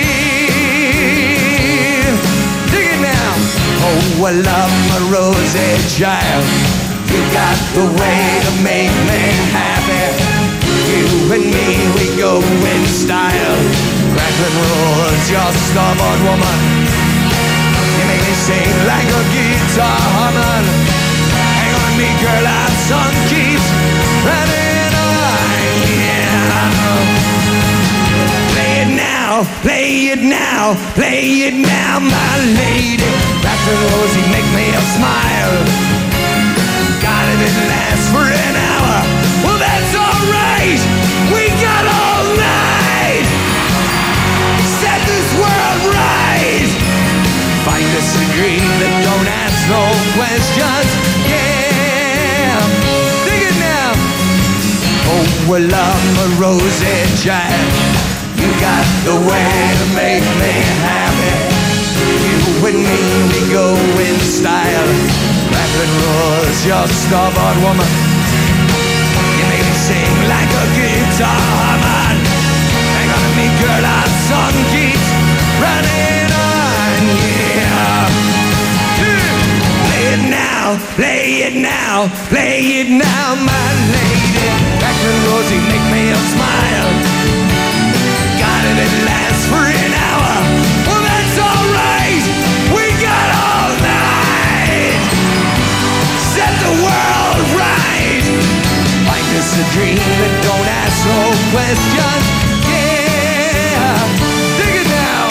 tea. Dig it now. Oh, I love my rosy child. You got the way to make me happy. You and me, we go in style. Crackling Rose, you're a stubborn woman. You make me sing like a guitar humming. Hang on me, girl, our sun keeps running on. Yeah. Play it now, play it now, play it now, my lady. Crackling Rosie, make me a smile. God, if it lasts for an hour, well, that's alright. We got all night. Set this world right. Find us a dream that don't ask no questions. Yeah, dig it now. Oh, well, I'm a rosy child. You got the way to make me happy. You and me, we go in style. Crackling Rose, you're a stubborn woman. You make me sing like a guitar man. Hang on to me, girl, our sun keeps running on, yeah. Play it now, play it now, play it now, my lady. Crackling Rosie, make me a smile. God, if it lasts for an hour, well, that's alright. We got all night. Set the world right. Find us a dream that don't ask no questions. Yeah, dig it now.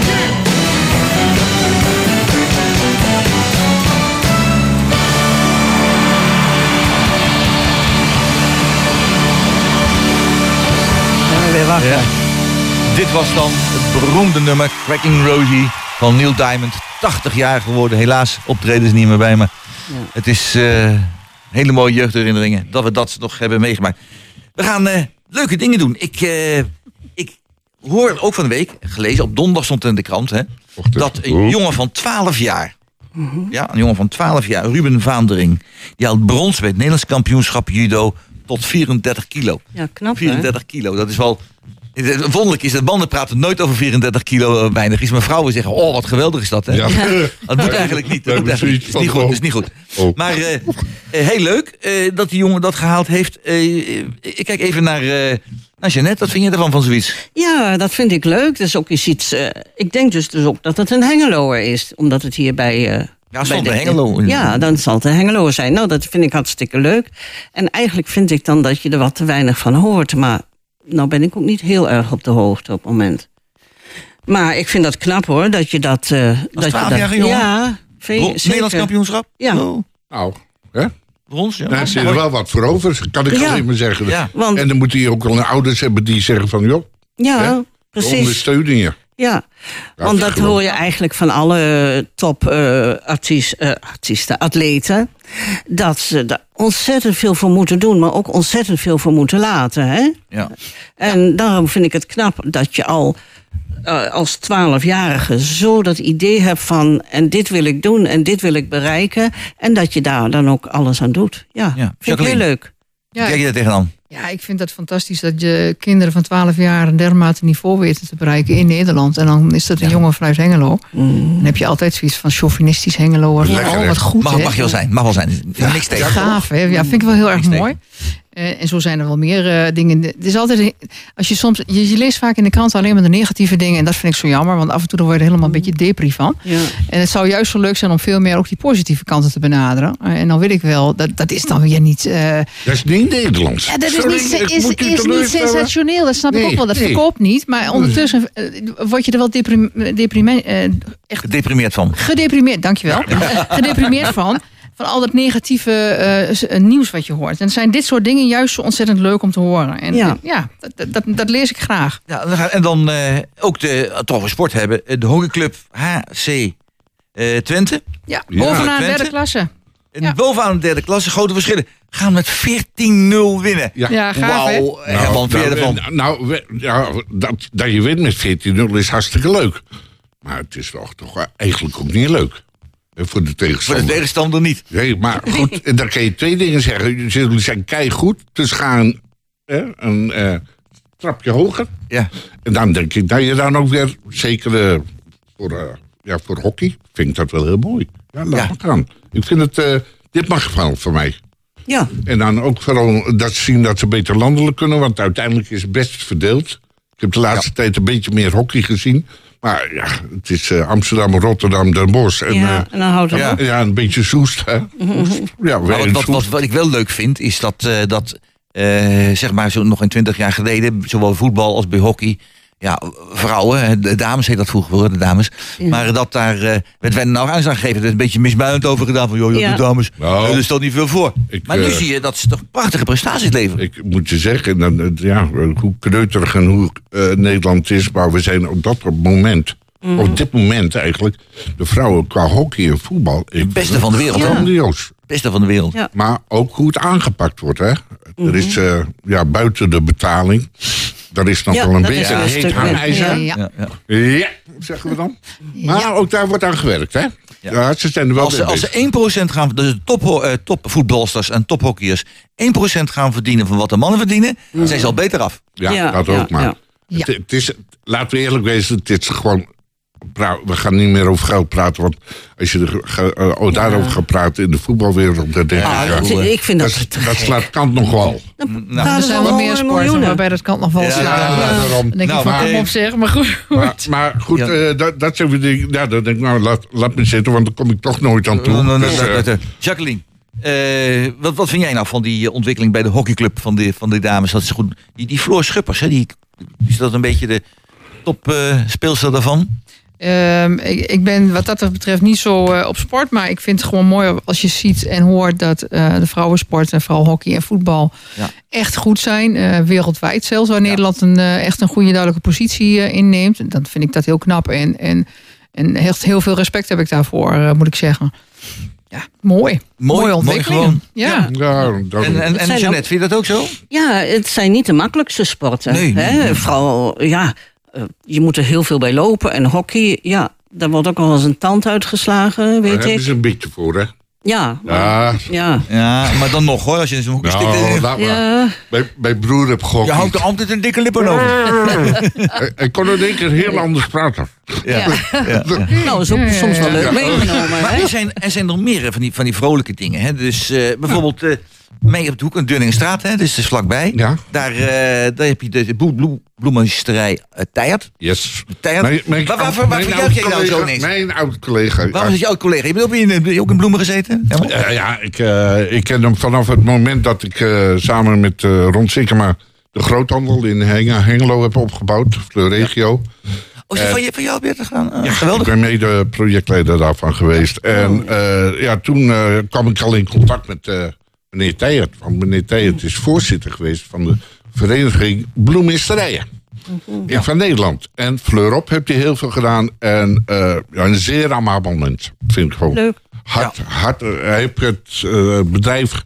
En weer wakker. Ja. Dit was dan het beroemde nummer Cracking Rosie van Neil Diamond. tachtig jaar geworden. Helaas optreden ze niet meer bij me. Het is uh, hele mooie jeugdherinneringen dat we dat nog hebben meegemaakt. We gaan uh, leuke dingen doen. Ik, uh, ik hoor ook van de week, gelezen, op donderdag stond in de krant, hè, dat een jongen van twaalf jaar, mm-hmm. ja, een jongen van twaalf jaar, Ruben Vaandering, die haalt brons bij het Nederlands kampioenschap judo tot vierendertig kilo. Ja, knap, vierendertig hè? kilo, dat is wel... Wonderlijk is dat mannen praten nooit over vierendertig kilo weinig is. Maar vrouwen zeggen, oh wat geweldig is dat. Hè? Ja. Dat moet eigenlijk niet. Dat, moet eigenlijk, dat is niet goed. Dat is niet goed. Oh. Maar uh, heel leuk uh, dat die jongen dat gehaald heeft. Uh, ik kijk even naar, uh, naar Jeannette. Wat vind je ervan van zoiets? Ja, dat vind ik leuk. Dat is ook iets. Uh, ik denk dus, dus ook dat het een Hengeloer is. Omdat het hier bij... Uh, Ja, zal het een Hengelo. Ja, dan zal het een Hengelo zijn. Nou, dat vind ik hartstikke leuk. En eigenlijk vind ik dan dat je er wat te weinig van hoort. Maar nou ben ik ook niet heel erg op de hoogte op het moment. Maar ik vind dat knap hoor, dat je dat... Uh, dat twaalfjarige jongen? Ja, veel, Nederlands kampioenschap? Ja. Oh. Nou, hè? Brons, ja. Daar zit er wel wat voor over, kan ik ja. alleen maar zeggen. Ja. Want, en dan moet hij ook wel ouders hebben die zeggen van... joh, ja, hè, precies. ondersteunen je. Ja, ja, want dat hoor je eigenlijk van alle top uh, artiest, uh, artiesten, atleten. Dat ze er ontzettend veel voor moeten doen, maar ook ontzettend veel voor moeten laten. Hè? Ja. En ja. daarom vind ik het knap dat je al uh, als twaalfjarige zo dat idee hebt van... en dit wil ik doen en dit wil ik bereiken. En dat je daar dan ook alles aan doet. Ja, ja. vind ik heel leuk. Ja, kijk je daar tegenaan? Ja, ik vind dat fantastisch dat je kinderen van twaalf jaar een dermate niveau weten te bereiken in Nederland. En dan is dat een ja. jongen vanuit Hengelo. Mm. Dan heb je altijd zoiets van chauvinistisch Hengelo. Lekker, oh, wat goed, mag, mag je wel zijn, mag wel zijn. Ja, niks tegen. Gaaf, hè? Ja, vind ik wel heel erg niks mooi. Uh, en zo zijn er wel meer uh, dingen. Het is altijd, als je soms, je, je leest vaak in de krant alleen maar de negatieve dingen. En dat vind ik zo jammer, want af en toe word je er helemaal een beetje depri van. Ja. En het zou juist zo leuk zijn om veel meer ook die positieve kanten te benaderen. Uh, en dan wil ik wel, dat, dat is dan weer niet... Uh, dat is niet Nederlands. Ja, dat is Sorry, niet, is, is, is niet sensationeel, dat snap nee, ik ook wel. Dat nee. verkoopt niet, maar ondertussen uh, word je er wel deprim, deprime, uh, echt gedeprimeerd van. Gedeprimeerd, dankjewel. Ja. Gedeprimeerd van. Van al dat negatieve uh, nieuws wat je hoort. En zijn dit soort dingen juist zo ontzettend leuk om te horen. En ja, ja dat, dat, dat lees ik graag. Ja, en dan uh, ook de, toch over sport hebben. De hockeyclub H C uh, Twente. Ja, bovenaan ja, de derde klasse. Ja. Bovenaan de derde klasse, grote verschillen. Gaan met veertien nul winnen. Ja, ja gaaf hè? Wauw, Herman, nou, nou, nou, nou ja, dat, dat je wint met veertien nul is hartstikke leuk. Maar het is toch, toch eigenlijk ook niet leuk. Voor de tegenstander. Voor de tegenstander niet. Nee, maar goed, dan kan je twee dingen zeggen. Jullie zijn keigoed, dus gaan eh, een uh, trapje hoger. Ja. En dan denk ik dat je dan ook weer, zeker uh, voor, uh, ja, voor hockey, vind ik dat wel heel mooi. Ja, laat ja. maar gaan. Ik vind het, uh, dit mag wel voor mij. Ja. En dan ook vooral dat ze zien dat ze beter landelijk kunnen, want uiteindelijk is het best verdeeld. Ik heb de laatste ja. tijd een beetje meer hockey gezien. Maar ja, het is uh, Amsterdam, Rotterdam, Den Bosch. En, ja, en dan houdt het ja, op. Ja, een beetje Soest. Hè? Mm-hmm. Ja, wat, wat, wat, wat ik wel leuk vind, is dat, uh, dat uh, zeg maar zo nog in twintig jaar geleden, zowel voetbal als bij hockey, ja, vrouwen, de dames heet dat vroeger, de dames. Ja. Maar dat daar, uh, werd wij nou aan gegeven, er is een beetje misbuilend over gedaan. Van, joh, joh, ja. de dames, nou, er stelt niet veel voor. Ik, maar nu uh, zie je dat ze toch prachtige prestaties leveren. Ik moet je zeggen, dan, ja, hoe kneuterig en hoe uh, Nederland is, maar we zijn op dat moment, mm. op dit moment eigenlijk, de vrouwen qua hockey en voetbal. De beste van de wereld. Grandioos. Ja. Beste van de wereld. Ja. Maar ook hoe het aangepakt wordt. Hè? Mm-hmm. Er is, uh, ja, buiten de betaling, er is nog ja, wel een beetje een heet hangijzer. Ja, ja. Ja, ja. ja, zeggen we dan. Maar ja. ook daar wordt aan gewerkt, hè? Ja. Ja, ze zijn er wel als, ze, als ze één procent gaan, dus de top, uh, top voetbalsters en tophockeyers één procent gaan verdienen van wat de mannen verdienen, mm. zijn ze al beter af. Ja, ja dat ja, ook maar. Ja. Het, het is, laten we eerlijk wezen, het is gewoon... We gaan niet meer over geld praten, want als je er, uh, oh, daarover gaat praten in de voetbalwereld, dan denk ah, ik, ja, ik vind dat, dat, dat slaat kant nog wel. Nou, er zijn wel meer sporten waarbij dat kant nog wel slaat. Ja, ja, ja. Dan denk nou, ik van, kom op zeg, maar goed. Maar, maar goed, ja. uh, dat, dat zijn we die, ja, dan denk ik, nou, laat, laat me zitten, want daar kom ik toch nooit aan toe. Uh, no, no, dus, uh, uh, Jacqueline, uh, wat, wat vind jij nou van die ontwikkeling bij de hockeyclub van de, van de dames? Dat is goed. Die, die Floor Schuppers, hè, die, is dat een beetje de top uh, speelster daarvan? Um, ik, ik ben wat dat betreft niet zo uh, op sport, maar ik vind het gewoon mooi als je ziet en hoort dat uh, de vrouwensport en vooral hockey en voetbal ja. echt goed zijn. Uh, wereldwijd zelfs, waar ja. Nederland een, uh, echt een goede duidelijke positie uh, inneemt. Dan vind ik dat heel knap en, en, en echt heel veel respect heb ik daarvoor, uh, moet ik zeggen. Ja, mooi. Mooi, Mooie ontwikkelingen. mooi ja. Ja, dat, En, en, en zijn Jeannette, vind je dat ook zo? Ja, het zijn niet de makkelijkste sporten. Nee, nee, hè? nee. Vooral, ja, uh, je moet er heel veel bij lopen. En hockey, ja, daar wordt ook wel eens een tand uitgeslagen, daar weet hebben ik. ze een beetje voor, hè? Ja, Ja, ja. Ja, maar dan nog hoor, als je zo'n hoekje stikt. nou, in- laat maar. Ja, Mijn, mijn broer heb Je gehockeyd. houdt er altijd een dikke lippen over. Hij, hij kon in één keer heel anders praten. Ja. ja. Ja. Nou, is ook Ja, ja, soms wel ja. leuk Ja. meegenomen. Maar Hè? er zijn, er zijn nog meer van die, van die vrolijke dingen. Hè? Dus eh, bijvoorbeeld, eh mee op de hoek, een Dunningstraat, hè? Dus, dus vlakbij. Ja, Daar, eh, daar heb je de bloe- bloe- bloemensterij uh, Tijert. yes. Tijert. Mijn, mijn, Waar- waarvoor- oud- waarvoor mijn juich jij nou oud-collega- zo ineens? Mijn oud-collega. Waarom is het jouw collega? Je bent ook in, eh, ook in Bloemen gezeten? Ja, maar- Ja, ja ik, uh, ik ken hem vanaf het moment dat ik uh, samen met uh, Ron Sikkema de groothandel in Henge- Hengelo heb opgebouwd, de regio. Oh, is dat van, je, van jou weer te gaan? Uh, Ik geweldig. ben mede projectleider daarvan geweest. En uh, ja, toen uh, kwam ik al in contact met uh, meneer Tijert. Want meneer Tijert is voorzitter geweest van de vereniging Bloemisterijen. Ja. Van Nederland. En Fleurop heeft hij heel veel gedaan. En uh, ja, een zeer amabel mens, vind ik gewoon. Leuk. Hard, hard, uh, hij heeft het uh, bedrijf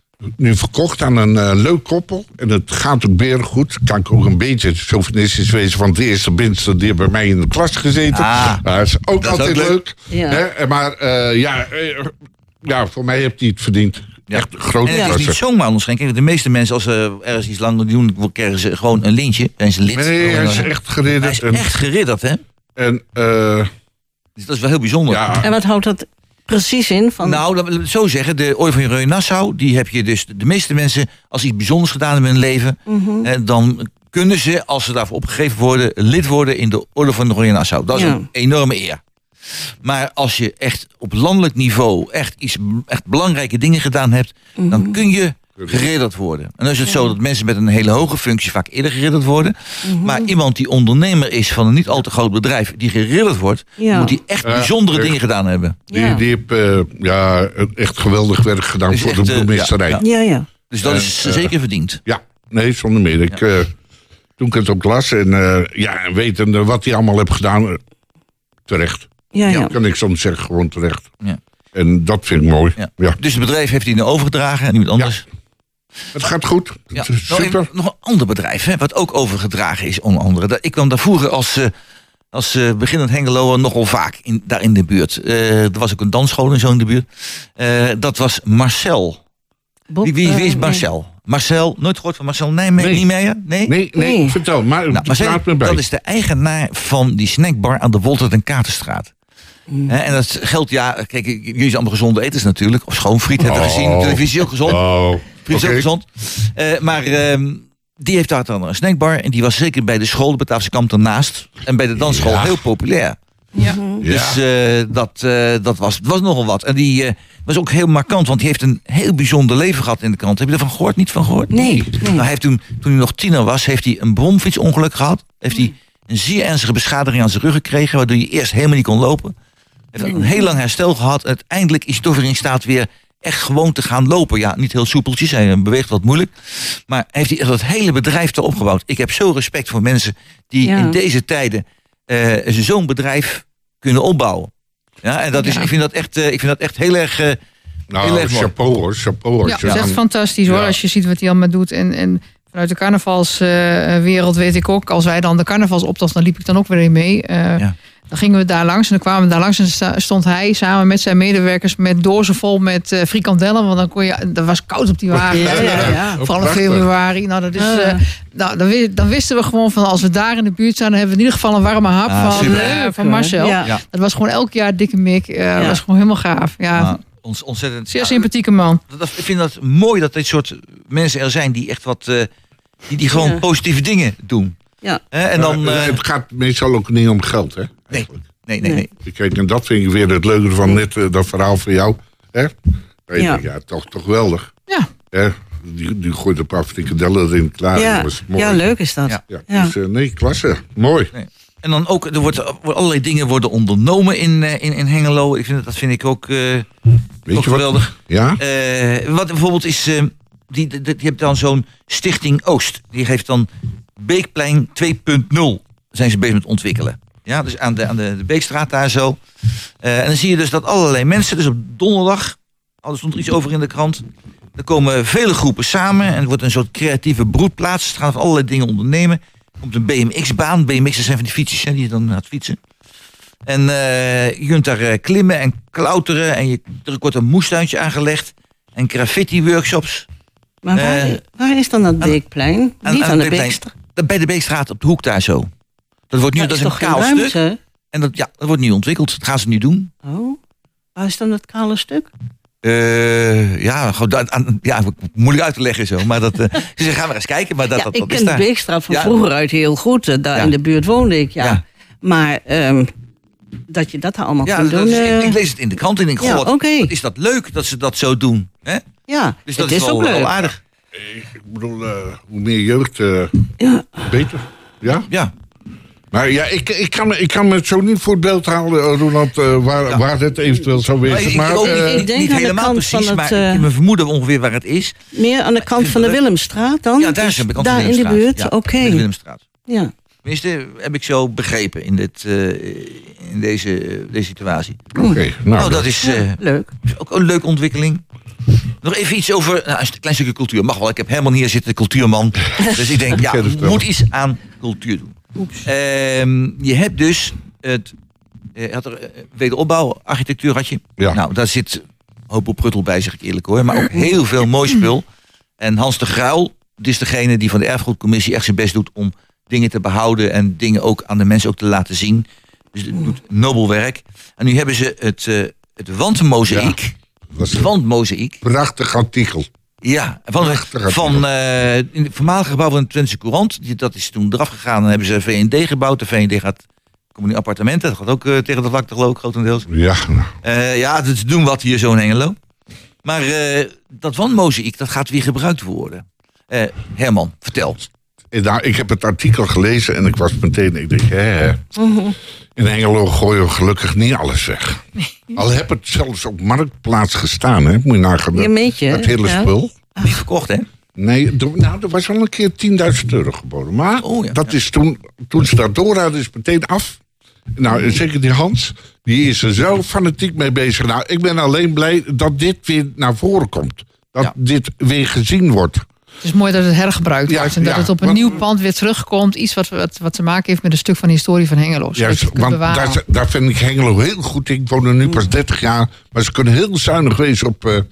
nu verkocht aan een uh, leuk koppel. En het gaat ook weer goed. Kan ik ook een beetje chauvinistisch wezen. Want de eerste binster die bij mij in de klas gezeten. Ah, dat is ook dat is altijd ook leuk. leuk. Ja. Hè? Maar uh, ja, uh, ja, voor mij heeft hij het verdiend. Ja. Echt grote En het is klasse. niet zomaar onderscheid. Kijk, de meeste mensen, als ze ergens iets lang doen, krijgen ze gewoon een lintje. En ze lid. Nee, hij is Hij echt geridderd. is En, echt geridderd, hè? en uh, Dus dat is wel heel bijzonder. ja, En wat houdt dat precies in? Van, Nou, dat wil ik zo zeggen, de Orde van Oranje Nassau, die heb je dus, de meeste mensen, als ze iets bijzonders gedaan hebben in hun leven, Mhm. eh, dan kunnen ze, als ze daarvoor opgegeven worden, lid worden in de Orde van Oranje Nassau. Dat is Ja. een enorme eer. Maar als je echt op landelijk niveau echt iets echt belangrijke dingen gedaan hebt, Mhm. dan kun je geridderd worden. En dan is het zo dat mensen met een hele hoge functie vaak eerder geridderd worden. Mhm. Maar iemand die ondernemer is van een niet al te groot bedrijf, die geridderd wordt, Ja. moet die echt Ja, bijzondere echt. dingen gedaan hebben. die, Ja. die heeft uh, ja, echt geweldig werk gedaan Dus voor echt, de uh, bloemisterij. ja, Ja, Ja, ja. Dus dat En, is eh, zeker verdiend. nee, zonder meer. Ik, uh, toen ik het op las en uh, ja, wetende wat hij allemaal heeft gedaan, uh, terecht. Ja, ja. Ja. Kan ik soms zeggen, gewoon terecht. Ja. En dat vind ik mooi. Ja. Ja. Dus het bedrijf heeft hij nu overgedragen en niemand anders. Het gaat goed. Ja. Het is Nou, super. even nog een ander bedrijf, hè, wat ook overgedragen is, onder andere. Dat- Ik kwam daar vroeger als, eh, als eh, beginnend Hengeloer nogal vaak in, daar in de buurt. Eh, er was ook een dansschool en zo in de buurt. Eh, dat was Marcel. Bob, Wie, wie, wie is eh, Marcel? Marcel, nooit gehoord van Marcel Nijme- Nee. Niemeyer? Nee? Nee, nee, Nee. vertel. Maar, Nou, nou, Marcel, praat me bij. dat is de eigenaar van die snackbar aan de Woltert en Katerstraat. Hè, en dat geldt, ja, kijk, jullie zijn allemaal gezonde eters natuurlijk. Of schoonfriet, hebben we Oh. gezien. Televisie ook gezond. Oh, Friet is ook oké. gezond. Eh, maar ehm, die heeft daar dan een snackbar. En die was zeker bij de school, de Bataafse Kamp ernaast. En bij de dansschool Ja. heel populair. Ja. Ja. Dus eh, dat, eh, dat was, was nogal wat. En die eh, was ook heel markant, want die heeft een heel bijzonder leven gehad in de krant. Heb je ervan gehoord? Niet van gehoord? Nee, nee. Nou, hij heeft toen, toen hij nog tiener was, heeft hij een bromfietsongeluk gehad. Heeft hij een zeer ernstige beschadiging aan zijn rug gekregen, waardoor hij eerst helemaal niet kon lopen. Heeft een heel lang herstel gehad. Uiteindelijk is hij toch weer in staat weer echt gewoon te gaan lopen. Ja, niet heel soepeltjes, hij beweegt wat moeilijk. Maar heeft hij echt dat hele bedrijf erop gebouwd. Ik heb zo respect voor mensen die Ja. in deze tijden eh, zo'n bedrijf kunnen opbouwen. Ja, en dat is, Ja. ik, vind dat echt, eh, ik vind dat echt heel erg... eh, Nou, Heel erg mooi. chapeau hoor, chapeau hoor. Ja, dat is echt fantastisch hoor, Ja. als je ziet wat hij allemaal doet. En, en vanuit de carnavalswereld weet ik ook, als wij dan de carnavalsoptocht, dan liep ik dan ook weer in mee. Eh, Ja. Dan gingen we daar langs en dan kwamen we daar langs en sta- stond hij samen met zijn medewerkers met dozen vol met eh, frikandellen. Want dan kon je, dat was koud op die wagen. Ja, ja, ja. Oh, Vooral in prachtig. februari. Nou, dat is, Ja. eh, nou, dan, wi- dan wisten we gewoon van als we daar in de buurt zijn, dan hebben we in ieder geval een warme hap Ah, van, super. eh, Leuk, van hoor. Marcel. Ja. Ja. Dat was gewoon elk jaar dikke mik. Eh, Dat Ja. was gewoon helemaal gaaf. Ja, nou, ons, ontzettend... zeer ja, sympathieke man. dat- dat- ik vind dat mooi dat dit soort mensen er zijn die echt wat... eh, die, die gewoon Ja. positieve dingen doen. Ja. Hè, en dan... Maar, eh, het gaat meestal ook niet om geld, hè? eigenlijk. nee, nee, nee. Kijk, en dat vind ik weer het leuke van net, eh, dat verhaal van jou. Hè? Dan Ja. denk ik, ja, toch, toch geweldig. Ja. Hè? Die, die gooit een paar frikandellen erin, klaar. Ja. Dat was mooi. Ja, leuk is dat. Ja. Ja, Ja. Dus, eh, nee, klasse. Mooi. En dan ook, er wordt, er worden allerlei dingen worden ondernomen in, eh, in, in Hengelo. Ik vind, dat vind ik ook, eh, Weet ook je wat? geweldig. Ja? Eh, wat bijvoorbeeld is, eh, die, die, die hebt dan zo'n Stichting Oost. Die heeft dan Beekplein twee punt nul zijn ze bezig met ontwikkelen. Ja, dus aan de, aan de, de Beekstraat daar zo. Uh, en dan zie je dus dat allerlei mensen, dus op donderdag, er stond er iets over in de krant. Er komen vele groepen samen en het wordt een soort creatieve broedplaats. Ze gaan allerlei dingen ondernemen. Er komt een B M X-baan. B M X'ers zijn van die fietsers, hè, die je dan gaat fietsen. En uh, je kunt daar uh, klimmen en klauteren. En je, er wordt een moestuintje aangelegd. En graffiti-workshops. Maar waar, uh, waar is dan dat Beekplein? Niet aan, aan, aan de Beekstraat? Bij de Beekstraat op de hoek daar zo. Dat wordt nu dat dat is, is toch een kaal ruimte? stuk. En dat, ja, dat wordt nu ontwikkeld. Dat gaan ze nu doen. Oh, waar is dan dat kale stuk? Uh, ja, gewoon, aan, ja, moeilijk uit te leggen zo. Maar dat, uh, ze zeggen, gaan we eens kijken. Maar dat, ja, dat, ik dat ken is de daar. Beekstraat van ja. vroeger uit heel goed. Uh, daar ja. in de buurt woonde ik, ja. ja. Maar um, dat je dat daar allemaal ja, kunt dat doen... Is, uh... ik lees het in de krant en ik denk, ja, god, okay. wat is dat leuk dat ze dat zo doen. Hè? Ja, dus dat het is, is wel, ook leuk. wel aardig. Ik bedoel, uh, hoe meer jeugd, uh, ja. beter. Ja? Ja. Maar ja, ik, ik, kan, ik kan me het zo niet voor het beeld halen, Ronald, uh, waar, ja. waar het eventueel zou wezen. Maar, maar, ik, uh, ik, ik denk niet aan helemaal de kant precies, van maar het, uh, ik heb een vermoeden ongeveer waar het is. Meer aan de kant van de Willemstraat dan? Ja, daar is dus de kant daar van de in de buurt, ja, oké. Okay. De Willemstraat. Ja. Tenminste, heb ik zo begrepen in, dit, uh, in deze, uh, deze situatie. Oké, okay, nou. Oh, dat is uh, ja, leuk. Ook een leuke ontwikkeling. Nog even iets over nou, een klein stukje cultuur. Mag wel, ik heb Herman hier zitten, cultuurman. Dus ik denk, ja, je moet iets aan cultuur doen. Um, je hebt dus het uh, had er, uh, wederopbouw, architectuur had je. Ja. Nou, daar zit een hoop op pruttel bij, zeg ik eerlijk hoor. Maar ook heel veel mooi spul. En Hans de Gruil, dit is degene die van de erfgoedcommissie echt zijn best doet om dingen te behouden en dingen ook aan de mensen ook te laten zien. Dus het doet nobel werk. En nu hebben ze het, uh, het wandmozaïek. Ja. Dat is een wandmozaïek. Prachtig artikel. Ja, van, van uh, in het voormalige gebouw van de Twentse Courant. Die, dat is toen eraf gegaan. Dan hebben ze V en D gebouwd. De V en D gaat, komen nu appartementen. Dat gaat ook uh, tegen de vlakte geloof ik, grotendeels. Ja. Uh, ja, ze doen wat hier zo in Hengelo. Maar uh, dat wandmozaïek, dat gaat weer gebruikt worden. Uh, Herman, vertel. Nou, ik heb het artikel gelezen en ik was meteen, ik denk, hè, uh-huh. in Hengelo gooien we gelukkig niet alles weg. Al heb het zelfs op Marktplaats gestaan, hè. Moet je nagaan, dat, dat hele ja. spul. Niet verkocht, hè? Nee, nou, er was al een keer tienduizend euro geboden. Maar oh, ja, dat ja. is toen, toen ze dat door hadden, is meteen af. Nou, en zeker die Hans, die is er zo fanatiek mee bezig. Nou, ik ben alleen blij dat dit weer naar voren komt. Dat ja. dit weer gezien wordt. Het is mooi dat het hergebruikt ja, wordt en dat ja, het op een want, nieuw pand weer terugkomt. Iets wat, wat, wat te maken heeft met een stuk van de historie van Hengelo. Juist, want daar, daar vind ik Hengelo heel goed. Ik woon er nu pas dertig jaar. Maar ze kunnen heel zuinig wezen op uh,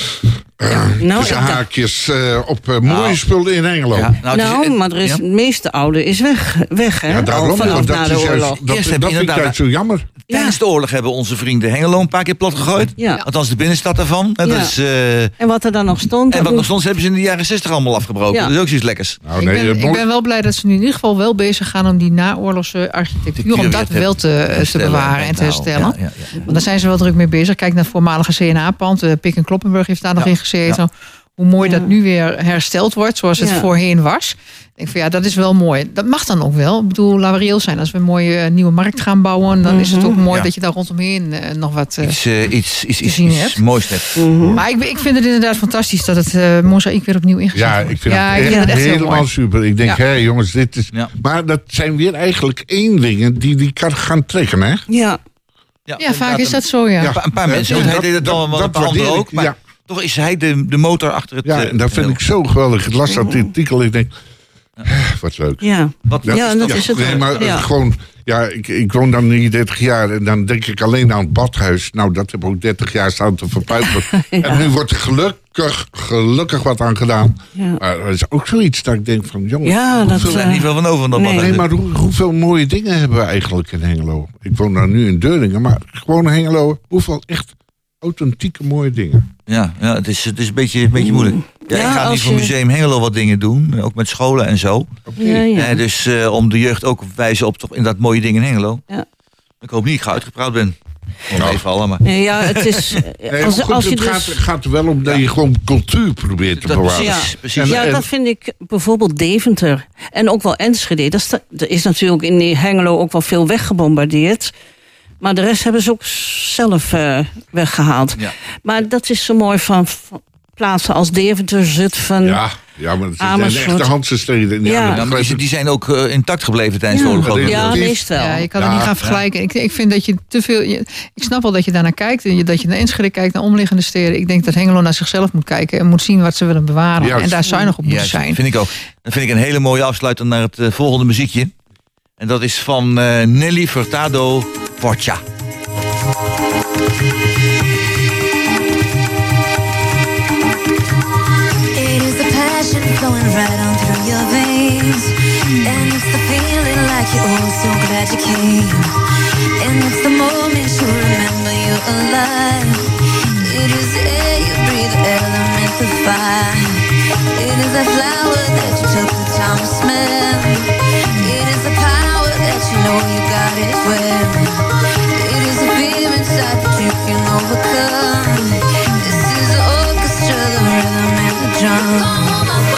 ja, uh, nou, haakjes. Uh, op uh, mooie nou, spullen in Hengelo. Ja, nou, nou is, maar er is, ja. het meeste oude is weg, weg hè? Ja, daarom, vanaf dat na de oorlog. Juist, dat dat, dat vind ik juist zo jammer. Tijdens de oorlog hebben onze vrienden Hengelo een paar keer plat gegooid. Ja. Althans de binnenstad daarvan. Dat ja. is, uh, en wat er dan nog stond. En wat nog stond, hebben ze in de jaren zestig allemaal afgebroken. Ja. Dat is ook zoiets lekkers. Nou, nee, ik, ben, ik ben wel blij dat ze nu in ieder geval wel bezig gaan om die naoorlogse architectuur, om dat wel te, te bewaren en te herstellen. Ja, ja, ja. Want daar zijn ze wel druk mee bezig. Kijk naar het voormalige C N A-pand. Uh, Pik en Kloppenburg heeft daar ja. nog in gezeten. Ja. Hoe mooi ja. dat nu weer hersteld wordt, zoals het ja. voorheen was. Ik denk van ja, dat is wel mooi. Dat mag dan ook wel. Ik bedoel, laten we reëel zijn. Als we een mooie uh, nieuwe markt gaan bouwen, dan mm-hmm. is het ook mooi ja. dat je daar rondomheen uh, nog wat uh, iets, uh, iets, iets, te zien iets, hebt. Iets moois hebt. Mm-hmm. Maar ik, ik vind het inderdaad fantastisch dat het uh, mozaïek weer opnieuw ingezet ja, wordt. Ik vind ja, het ik echt, vind het echt helemaal mooi. super. Ik denk, ja. hé hey, jongens, dit is... Ja. Maar dat zijn weer eigenlijk één dingen die die kan gaan trekken, hè? Ja. Ja, ja vaak is dat zo, ja. ja een paar ja, mensen. Ja, hij deed het dan wel een paar anderen ook. Maar ja. toch is hij de, de motor achter het... Ja, en dat vind ik zo geweldig. Ik las dat artikel en ik denk... Ja. Wat leuk. Ja, wat, ja, ja dat ja, is het. Nee, maar ja. gewoon... Ja, ik, ik woon dan nu dertig jaar en dan denk ik alleen aan het badhuis. Nou, dat heb ik ook dertig jaar staan te verpuipen. ja. En nu wordt er gelukkig, gelukkig wat aan gedaan. Ja. Maar dat is ook zoiets dat ik denk van... jongens, ja, dat is uh, niet veel van over. Dat nee. nee, maar hoe, hoeveel mooie dingen hebben we eigenlijk in Hengelo? Ik woon daar nu in Deurningen, maar gewoon in Hengelo... hoeveel echt authentieke mooie dingen. Ja, ja het, is, het is een beetje, een beetje moeilijk. Ja, ja, ik ga nu voor je... Museum Hengelo wat dingen doen. Ook met scholen en zo. Okay. Ja, ja. Uh, dus uh, om de jeugd ook wijzen op toch inderdaad mooie dingen in Hengelo. Ja. Ik hoop niet dat ik uitgepraat ben. Nou. Even allemaal. Nee, ja, het is... Nee, als, goed, als je het dus... gaat, gaat er wel om dat je gewoon cultuur probeert te dat, bewaren. Ja, precies. En, ja en, dat vind ik bijvoorbeeld Deventer. En ook wel Enschede. Dat is, er is natuurlijk in Hengelo ook wel veel weggebombardeerd. Maar de rest hebben ze ook zelf uh, weggehaald. Ja. Maar dat is zo mooi van, van plaatsen als Deventer, Zutphen. Ja. Ja, maar het zijn Amersfoort. echte Hanse steden. Ja, Ja. maar Ja, maar die, die zijn ook uh, intact gebleven tijdens Ja. de oorlog. ook. Ja, relatief. meestal. Ja, je kan Ja, het niet gaan ja. vergelijken. Ik, ik vind dat je te veel. Je, ik snap wel dat je daarnaar kijkt. En je, dat je naar Enschede kijkt, naar omliggende steden. Ik denk dat Hengelo naar zichzelf moet kijken en moet zien wat ze willen bewaren. Juist. En daar zuinig op moeten Ja, zijn. vind ik ook. Dan vind ik een hele mooie afsluiter naar het uh, volgende muziekje. En dat is van uh, Nelly Furtado, Forza. It is the passion flowing right on through your veins. And it's the feeling like you're oh so glad you came. And it's the moment you remember you're alive. It is the air you breathe, the element, the fire. It is that flower that you took the time to smell. It is the power that you know you got it well. It is the fear inside that you can overcome. This is the orchestra, the rhythm and the drum.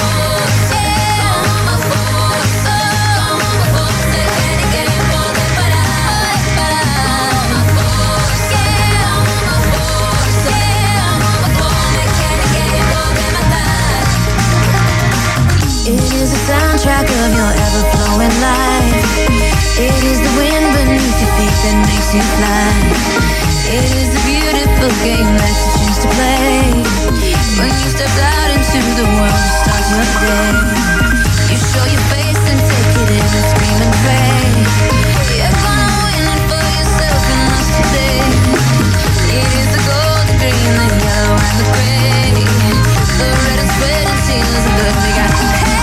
It is the soundtrack of your ever-flowing life. It is the wind beneath your feet that makes you fly. It is the beautiful game that you choose to play. When you step out into the world to start your day, you show your face and take it in and scream and pray. You're gonna win it for yourself and us today. It is the gold, the green, the yellow and the gray. The red and sweat and tears and blood we got.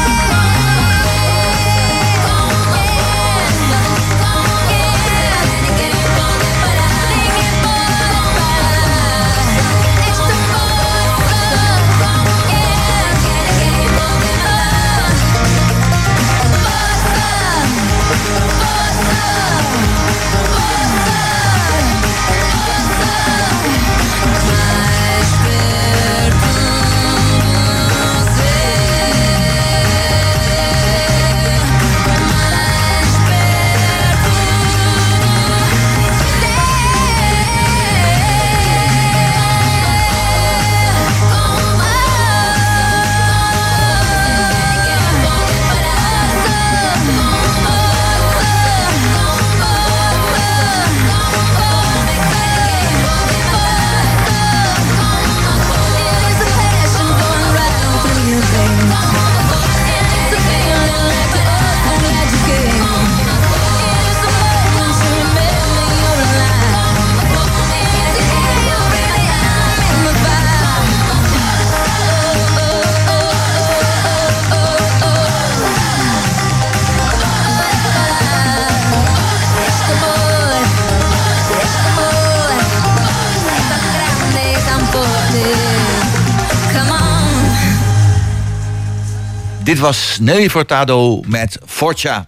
Dit was Nelly Furtado met Forza.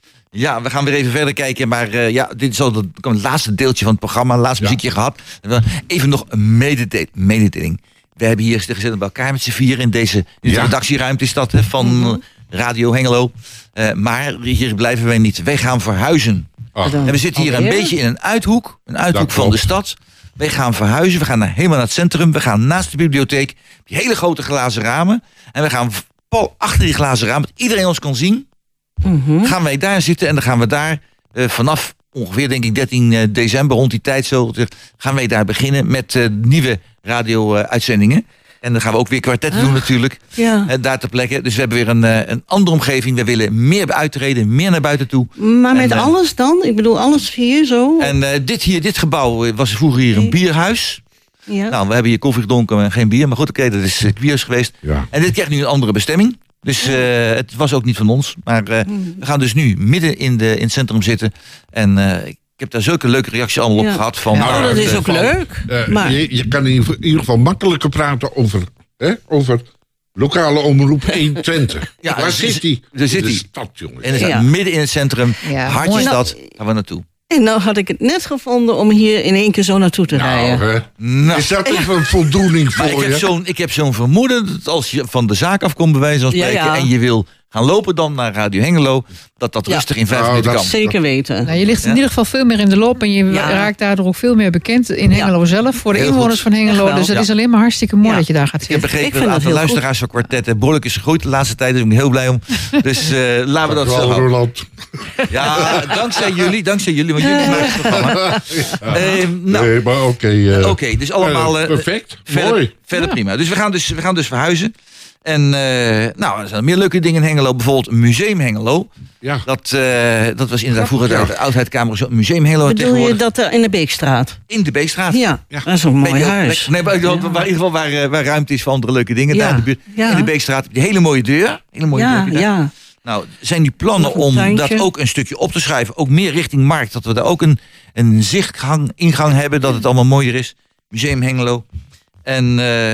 Ja, we gaan weer even verder kijken. Maar uh, ja, dit is al het, het laatste deeltje van het programma. Het laatste ja. muziekje gehad. Even nog een mededeling. We hebben hier gezeten bij elkaar met z'n vieren in deze in de ja. redactieruimte is dat, hè, van mm-hmm. Radio Hengelo. Uh, maar hier blijven wij niet. Wij gaan verhuizen. Oh. En we zitten hier een beetje in een uithoek. Een uithoek dat van klopt. de stad. Wij gaan verhuizen. We gaan naar, helemaal naar het centrum. We gaan naast de bibliotheek. Die hele grote glazen ramen. En we gaan pal achter die glazen ramen. Dat iedereen ons kan zien. Mm-hmm. Gaan wij daar zitten. En dan gaan we daar uh, vanaf ongeveer denk ik dertien december. Rond die tijd zo. Gaan wij daar beginnen met uh, nieuwe radio-uitzendingen. En dan gaan we ook weer kwartetten ah, doen natuurlijk. Ja. Uh, daar ter plekke. Dus we hebben weer een, uh, een andere omgeving. We willen meer uitreden, meer naar buiten toe. Maar met en, uh, alles dan? Ik bedoel, alles hier zo? En uh, dit hier, dit gebouw was vroeger hier een bierhuis. Ja. Nou, we hebben hier koffie gedronken en geen bier. Maar goed, oké, okay, dat is het bierhuis geweest. Ja. En dit krijgt nu een andere bestemming. Dus uh, het was ook niet van ons. Maar uh, hmm. we gaan dus nu midden in, de, in het centrum zitten. En uh, ik heb daar zulke leuke reacties allemaal ja. op gehad. Van, ja, dat is uh, ook van, leuk. Uh, maar... je, je kan in ieder geval makkelijker praten over, hè, over lokale omroep honderdtwintig. Ja, waar zit die? Daar zit die. De stad, jongens. En is ja. midden in het centrum. Ja. Hartje stad. Gaan we naartoe. En nou had ik het net gevonden om hier in één keer zo naartoe te nou, rijden. Nou, is dat even een voldoening voor maar ik je? Heb zo'n, ik heb zo'n vermoeden dat als je van de zaak afkomt bij wijze van spreken... Ja, ja. en je wil gaan lopen dan naar Radio Hengelo, dat dat Ja. rustig in vijf Nou, minuten dat- kan. Zeker weten. Nou, je ligt in Ja. ieder geval veel meer in de loop en je Ja. raakt daardoor ook veel meer bekend in Hengelo zelf. Voor de Heel inwoners goed. van Hengelo. Echt wel. Dus dat Ja. is alleen maar hartstikke mooi Ja. dat je daar gaat Ik heb zitten. begrepen Ik dat vind het dat aantal heel luisteraars van kwartetten behoorlijk is gegroeid de laatste tijd. Daar ben ik heel blij om. Dus eh, laten we dat zo Wel, houden. Roland. Ja, dankzij jullie, dankzij jullie, want jullie maken het programma. Eh, nou, Nee, maar oké. eh, oké, dus allemaal eh, eh, perfect. verder, Mooi. verder Ja. prima. Dus we gaan dus, we gaan dus verhuizen. En eh, nou, er zijn meer leuke dingen in Hengelo. Bijvoorbeeld Museum Hengelo. Ja. Dat, eh, dat was inderdaad vroeger Ja. de Oudheidkamer zo- Museum Hengelo Bedoel je tegenwoordig. dat er in de Beekstraat? In de Beekstraat. Ja, Ja. dat is een mooi Nee, heel huis. plek. Nee, maar waar, waar, in ieder geval waar, eh, waar ruimte is voor andere leuke dingen. Ja. Daar in de buurt. Ja. In de Beekstraat. Die hele mooie deur. Hele mooie Ja, deur heb je daar. ja. Nou, zijn die plannen Nog een om tuintje. dat ook een stukje op te schrijven. Ook meer richting markt. Dat we daar ook een, een zichtgang, ingang hebben. Dat het allemaal mooier is. Museum Hengelo. En eh,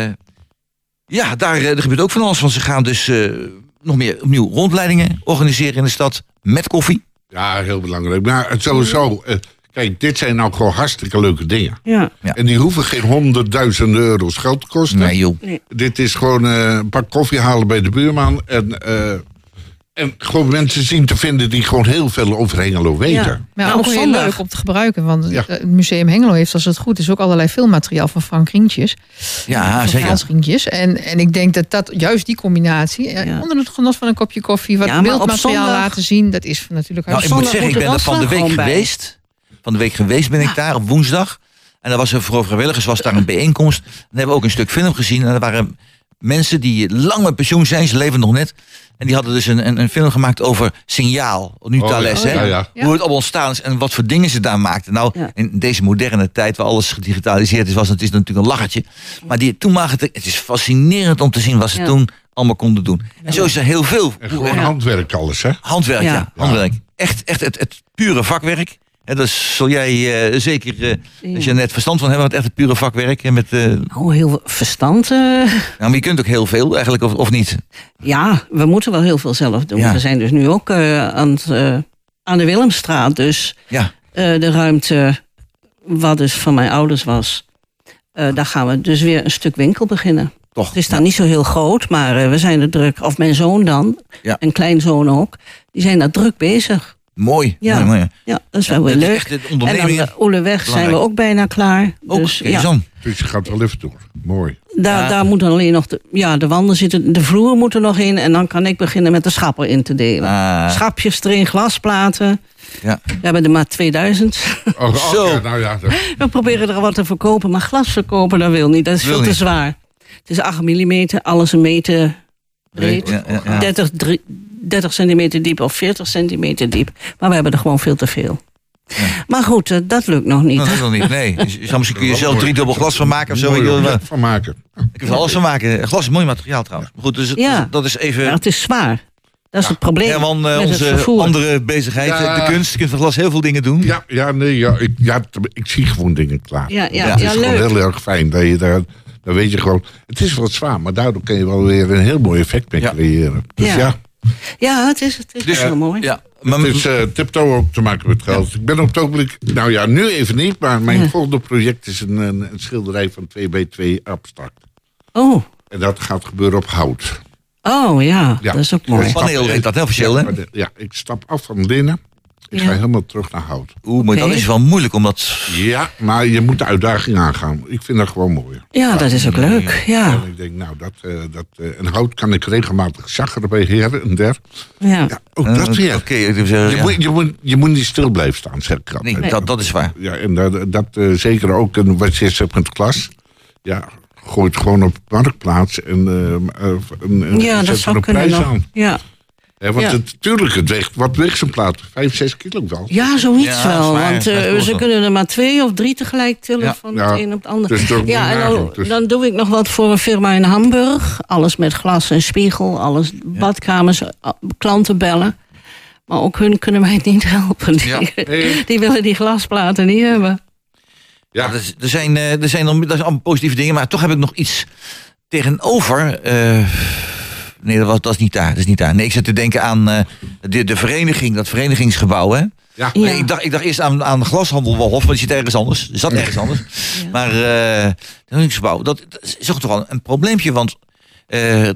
ja, daar eh, er gebeurt ook van alles. Want ze gaan dus eh, nog meer opnieuw rondleidingen organiseren in de stad. Met koffie. Ja, heel belangrijk. Maar het sowieso, eh, kijk, dit zijn nou gewoon hartstikke leuke dingen. Ja. Ja. En die hoeven geen honderdduizenden euro's geld te kosten. Nee joh. Dit is gewoon eh, een pak koffie halen bij de buurman. En, eh, en gewoon mensen zien te vinden die gewoon heel veel over Hengelo weten. Ja. Maar Nou, ook op heel zondag. leuk om te gebruiken. Want Ja. het Museum Hengelo heeft, als het goed is, ook allerlei filmmateriaal van Frank Rientjes. Ja, van zeker. Frans Rientjes. En, en ik denk dat dat juist die combinatie, eh, Ja. onder het genot van een kopje koffie, wat Ja, maar op beeldmateriaal zondag- laten zien, dat is natuurlijk Nou, ik hartstikke moet zondag zeggen, ik moet ben er er van de week afslag gewoon bij. geweest. Van de week geweest ben ik daar op woensdag. En daar was er voor vrijwilligers was daar een bijeenkomst. En dan hebben we ook een stuk film gezien. En er waren mensen die lang met pensioen zijn, ze leven nog net. En die hadden dus een, een, een film gemaakt over signaal. Nu Oh, Thales, ja. hè? Ja, ja. Hoe het allemaal ontstaan is en wat voor dingen ze daar maakten. Nou, Ja. in deze moderne tijd waar alles gedigitaliseerd is, was het is natuurlijk een lachertje. Maar die, toen maakte het, het is fascinerend om te zien wat ze Ja. toen allemaal konden doen. En zo is er heel veel En gewoon Ja. handwerk alles, hè? handwerk, ja. Ja. handwerk. Echt, echt het, het pure vakwerk. Hè, daar zul jij eh, zeker, eh, als je er net verstand van hebt, want echt het pure vakwerk. En met, eh, Oh, heel veel verstand. eh. nou, maar je kunt ook heel veel eigenlijk, of, of niet. Ja, we moeten wel heel veel zelf doen. Ja. We zijn dus nu ook eh, aan, het, eh, aan de Willemstraat. Dus Ja, eh, de ruimte wat dus van mijn ouders was. eh, daar gaan we dus weer een stuk winkel beginnen. toch. Het is dan niet zo heel groot, maar eh, we zijn er druk. Of mijn zoon dan, Ja. en kleinzoon ook. Die zijn daar druk bezig. Mooi. Ja. mooi, mooi. Ja, dat is wel weer Het is leuk. echt de En aan ondernemingen. de Oeleweg zijn we belangrijk. ook bijna klaar. Ook, Dus kijk ja, eens aan. Dus je gaat wel even door. Mooi. daar, Ja. daar moet dan alleen nog de, ja, de wanden zitten, de vloer moet er nog in. En dan kan ik beginnen met de schappen in te delen. Ah, Schapjes erin, glasplaten. ja. We hebben er maar tweeduizend. Oh, oh, Zo. ja, nou ja, dat- We proberen er wat te verkopen, maar glas verkopen, dat wil niet. Dat is Wil veel te niet. zwaar. Het is acht millimeter, alles een meter breed. Ja, ja, ja. dertig, drie- dertig centimeter diep of veertig centimeter diep. Maar we hebben er gewoon veel te veel. Maar goed, eh, dat lukt nog niet. Nou, dat wil niet. Nee. Je zou misschien kun je zelf drie dubbel glas van maken of zo. Mooi Ik wil om er- van maken. ik wil er alles van maken. Glas is mooi materiaal trouwens. Maar goed, dus het- Ja. dat is even. Maar het is zwaar. Dat is het probleem Herman, eh, met het onze vervoer. andere bezigheid, Ja. de kunst. Je kunt van glas heel veel dingen doen. Ja, ja, nee, ja, ik, ja, t- ik zie gewoon dingen klaar. Ja, ja, Het ja, is gewoon leuk. heel erg fijn. Dat je daar, dan weet je gewoon, het is wat zwaar, maar daardoor kun je wel weer een heel mooi effect mee Ja. creëren. Dus Ja. ja, Ja, het is, het is Dus, heel mooi. Ja, maar, het is uh, tiptoe ook te maken met geld. Ik ben op het ogenblik, nou ja, nu even niet, maar mijn Ja. volgende project is een, een, een schilderij van twee bij twee abstract. Oh. En dat gaat gebeuren op hout. Oh ja, Ja. dat is ook mooi. Dus- paneel heet dat, hè, officieel, ja, hè? maar de- ja, ik stap af van linnen. Ik Ja. ga helemaal terug naar hout. Oeh, maar Oké. dat is wel moeilijk, omdat... Ja, maar je moet de uitdaging aangaan. Ik vind dat gewoon mooi. Ja, dat is ook leuk. Ja, En ik denk, nou, dat, eh, dat, eh, en hout kan ik regelmatig zaggeren bij her en der. ja. Ja, ook dat Eh, weer. Oké, ik wil zeggen, Je, ja. moet, je, moet, je moet niet stil blijven staan, zeg ik altijd. Nee, dat, dat is waar. Ja, en dat, dat eh, zeker ook een, wat je zegt met glas. Ja, gooi het gewoon op marktplaats en, eh, eh, en, en Ja, zet dat er zou een kunnen prijs nog. aan. Ja. Hè, want Ja. het, tuurlijk, het weegt, wat weegt zo'n plaat? Vijf, zes kilo wel. Ja, zoiets Ja, wel. zwaar, Want zwaar eh, groot ze wel. kunnen er maar twee of drie tegelijk tillen Ja. van Ja. het een op het ander. Dus toch ja, moet je en dan, nagaan. Dus- dan doe ik nog wat voor een firma in Hamburg. Alles met glas en spiegel, alles badkamers, a- klanten bellen. Maar ook hun kunnen mij niet helpen. Die, Ja. Hey. die willen die glasplaten niet hebben. Ja. Ja, er, er zijn, eh, er zijn nog, dat zijn allemaal positieve dingen, maar toch heb ik nog iets tegenover. eh, nee, dat, was, dat is niet daar. Dat is niet daar. Nee, ik zit te denken aan eh, de, de vereniging, dat verenigingsgebouw, hè? Ja. Ja. Nee, ik, dacht, ik dacht eerst aan, aan de glashandel Walhof, maar die zit ergens anders. Er zat ergens anders. Maar eh het verenigingsgebouw, dat, dat is ook toch wel een probleempje, want eh,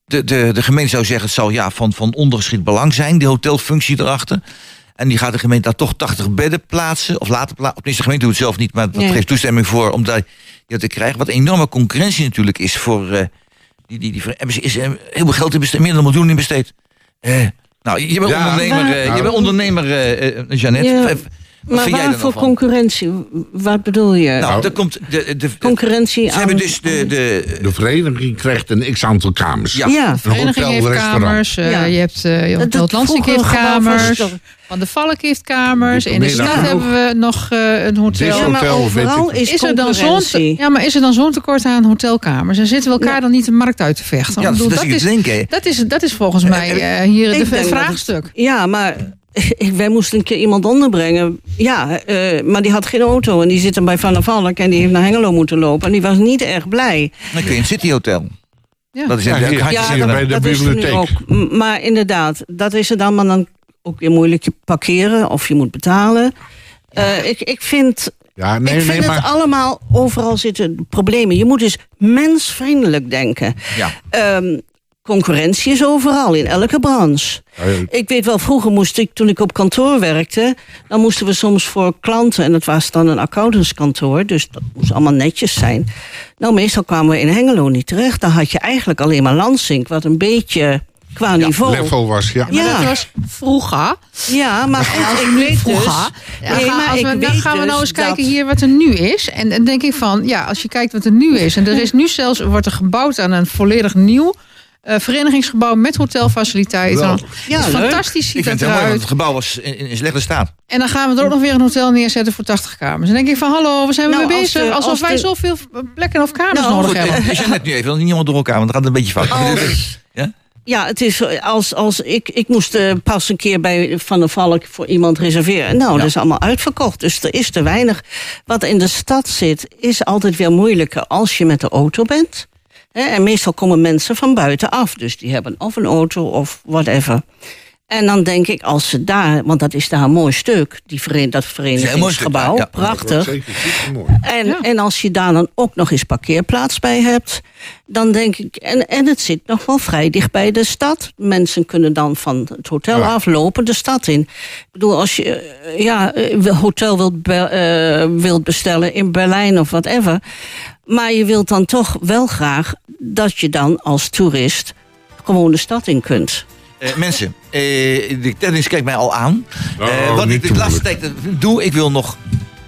de, de, de gemeente zou zeggen, het zal ja, van, van ondergeschikt belang zijn, die hotelfunctie erachter. En die gaat de gemeente daar toch tachtig bedden plaatsen, of laten plaatsen. Of de gemeente doet het zelf niet, maar dat Nee. geeft toestemming voor om dat ja, te krijgen. Wat een enorme concurrentie natuurlijk is voor... Uh, die, die, die, die, is, uh, heel veel geld in besteed, meer dan een miljoen in besteed. Uh, nou, je bent Ja, ondernemer, uh, nou, je bent ondernemer uh, uh, Jeannette. Ja, Wat maar vind jij er nou waarvoor van? concurrentie? Wat bedoel je? Nou, Nou, er komt de, de, concurrentie Ze aan... hebben dus de... de De vereniging krijgt een x-aantal kamers. Ja. Ja. Een vereniging hotel, heeft restaurant. kamers, uh, Ja. je hebt uh, je Dat- Hotel dat Lansing heeft vroegere gebouw van kamers, Stor- Van de Valk heeft kamers, Die in de meer dan stad genoeg. hebben we nog uh, een hotel. Dit Ja, maar hotel, weet overal ik. is, Is er, dan zo'n, concurrentie. ja, maar is er dan zo'n tekort aan hotelkamers? En zitten we elkaar Ja. dan niet de markt uit te vechten? ja, Ik dat, bedoel, dat is dat, het is, denken. dat, is, dat is volgens mij uh, hier Ik de- denk het dat vraagstuk. het- ja, maar ik, wij moesten een keer iemand onderbrengen. Ja, eh, maar die had geen auto. En die zit dan bij Van der Valk. En die heeft naar Hengelo moeten lopen. En die was niet erg blij. Dan kun je in het City Hotel. Ja. Dat is Ja, een hier. handjes Ja, in dat- de- bij de dat is er nu bibliotheek. ook. M- Maar inderdaad, dat is er dan. Maar dan ook weer moeilijk je parkeren. Of je moet betalen. Eh, ik, ik vind... Ja, nee, ik vind nee, het maar... allemaal, overal zitten problemen. Je moet dus mensvriendelijk denken. Ja. Ehm, concurrentie is overal, in elke branche. Ja, Ik weet wel, vroeger moest ik, toen ik op kantoor werkte... dan moesten we soms voor klanten... en dat was dan een accountantskantoor... dus dat moest allemaal netjes zijn. Nou, meestal kwamen we in Hengelo niet terecht. Dan had je eigenlijk alleen maar Lansing... wat een beetje qua niveau... level was, ja. Ja. Maar dat was vroeger. Ja, maar goed, ik weet dus... Vroeger. Ja, Nee, gaan- maar als ik we, dan weet gaan we nou dus eens kijken dat- hier wat er nu is. En dan denk ik van, ja, als je kijkt wat er nu is... en er is nu zelfs, wordt er gebouwd aan een volledig nieuw... Uh, verenigingsgebouw met hotelfaciliteiten. Geweldig. Ja, Het is leuk. fantastisch Ik ziet vind dat het heel mooi, want eruit. het gebouw was in, in slechte staat. En dan gaan we er ook nog weer een hotel neerzetten voor tachtig kamers. Dan denk ik van, hallo, waar zijn we Nou, mee als bezig? de- Alsof als wij de- zoveel plekken of kamers Nou, nodig Goed, hebben. eh, Jeannette nu even, want niet allemaal door elkaar, want dan gaat het een beetje fout. Als- Ja? Ja, het is als, als ik, ik moest eh, pas een keer bij Van der Valk voor iemand reserveren. Nou, Ja. dat is allemaal uitverkocht, dus er is te weinig. Wat in de stad zit, is altijd weer moeilijker als je met de auto bent. Hè, en meestal komen mensen van buitenaf, dus die hebben of een auto of whatever. En dan denk ik, als ze daar, want dat is daar een mooi stuk, die veren, dat verenigingsgebouw, ja, ja. prachtig. Zeker, supermooi. En, Ja. en als je daar dan ook nog eens parkeerplaats bij hebt, dan denk ik, en, en het zit nog wel vrij dicht bij de stad. Mensen kunnen dan van het hotel Ja. aflopen de stad in. Ik bedoel, als je eh, ja, een hotel wilt, be- eh, wilt bestellen in Berlijn of whatever, maar je wilt dan toch wel graag dat je dan als toerist gewoon de stad in kunt. Eh, mensen, eh, de tennis kijkt mij al aan. Oh, Eh, wat niet ik de te laatste moeilijk. tijd eh, doe, ik wil nog...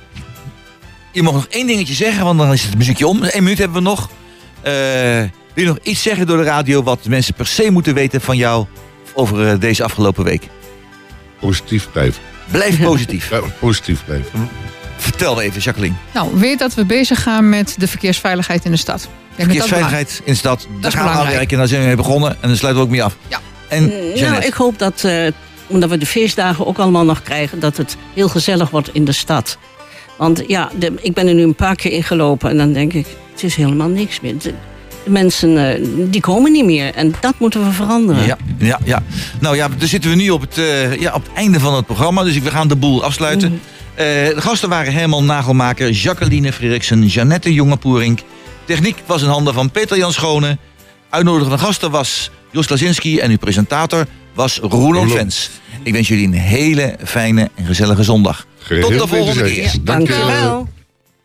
Je mag nog één dingetje zeggen, want dan is het muziekje om. Eén minuut hebben we nog. Eh, wil je nog iets zeggen door de radio wat mensen per se moeten weten van jou over eh, deze afgelopen week? Positief blijven. Blijf positief. Ja, positief blijven. Vertel me even, Jacqueline. Nou, weet dat we bezig gaan met de verkeersveiligheid in de stad. Ik denk dat dat Verkeersveiligheid in de stad. Daar is gaan we aan belangrijk. werken. Daar zijn we mee begonnen. En dan sluiten we ook mee af. Ja. En Nou, Jeannette, ik hoop dat, eh, omdat we de feestdagen ook allemaal nog krijgen, dat het heel gezellig wordt in de stad. Want ja, de, ik ben er nu een paar keer ingelopen en dan denk ik, het is helemaal niks meer. De, de mensen, eh, die komen niet meer. En dat moeten we veranderen. Ja, ja, ja. Nou ja, dan zitten we nu op het, eh, ja, op het einde van het programma. Dus we gaan de boel afsluiten. Mhm. Eh, de gasten waren Herman Nagelmaker, Jacqueline Frederiksen, Jeannette Jongepoering. Techniek was in handen van Peter Jan Schone. Uitnodigende gasten was Jos Lazinski en uw presentator was Roland Roland. Vens. Ik wens jullie een hele fijne en gezellige zondag. Geheel Tot de volgende wederzijds. keer. Dank je wel. Dank je wel.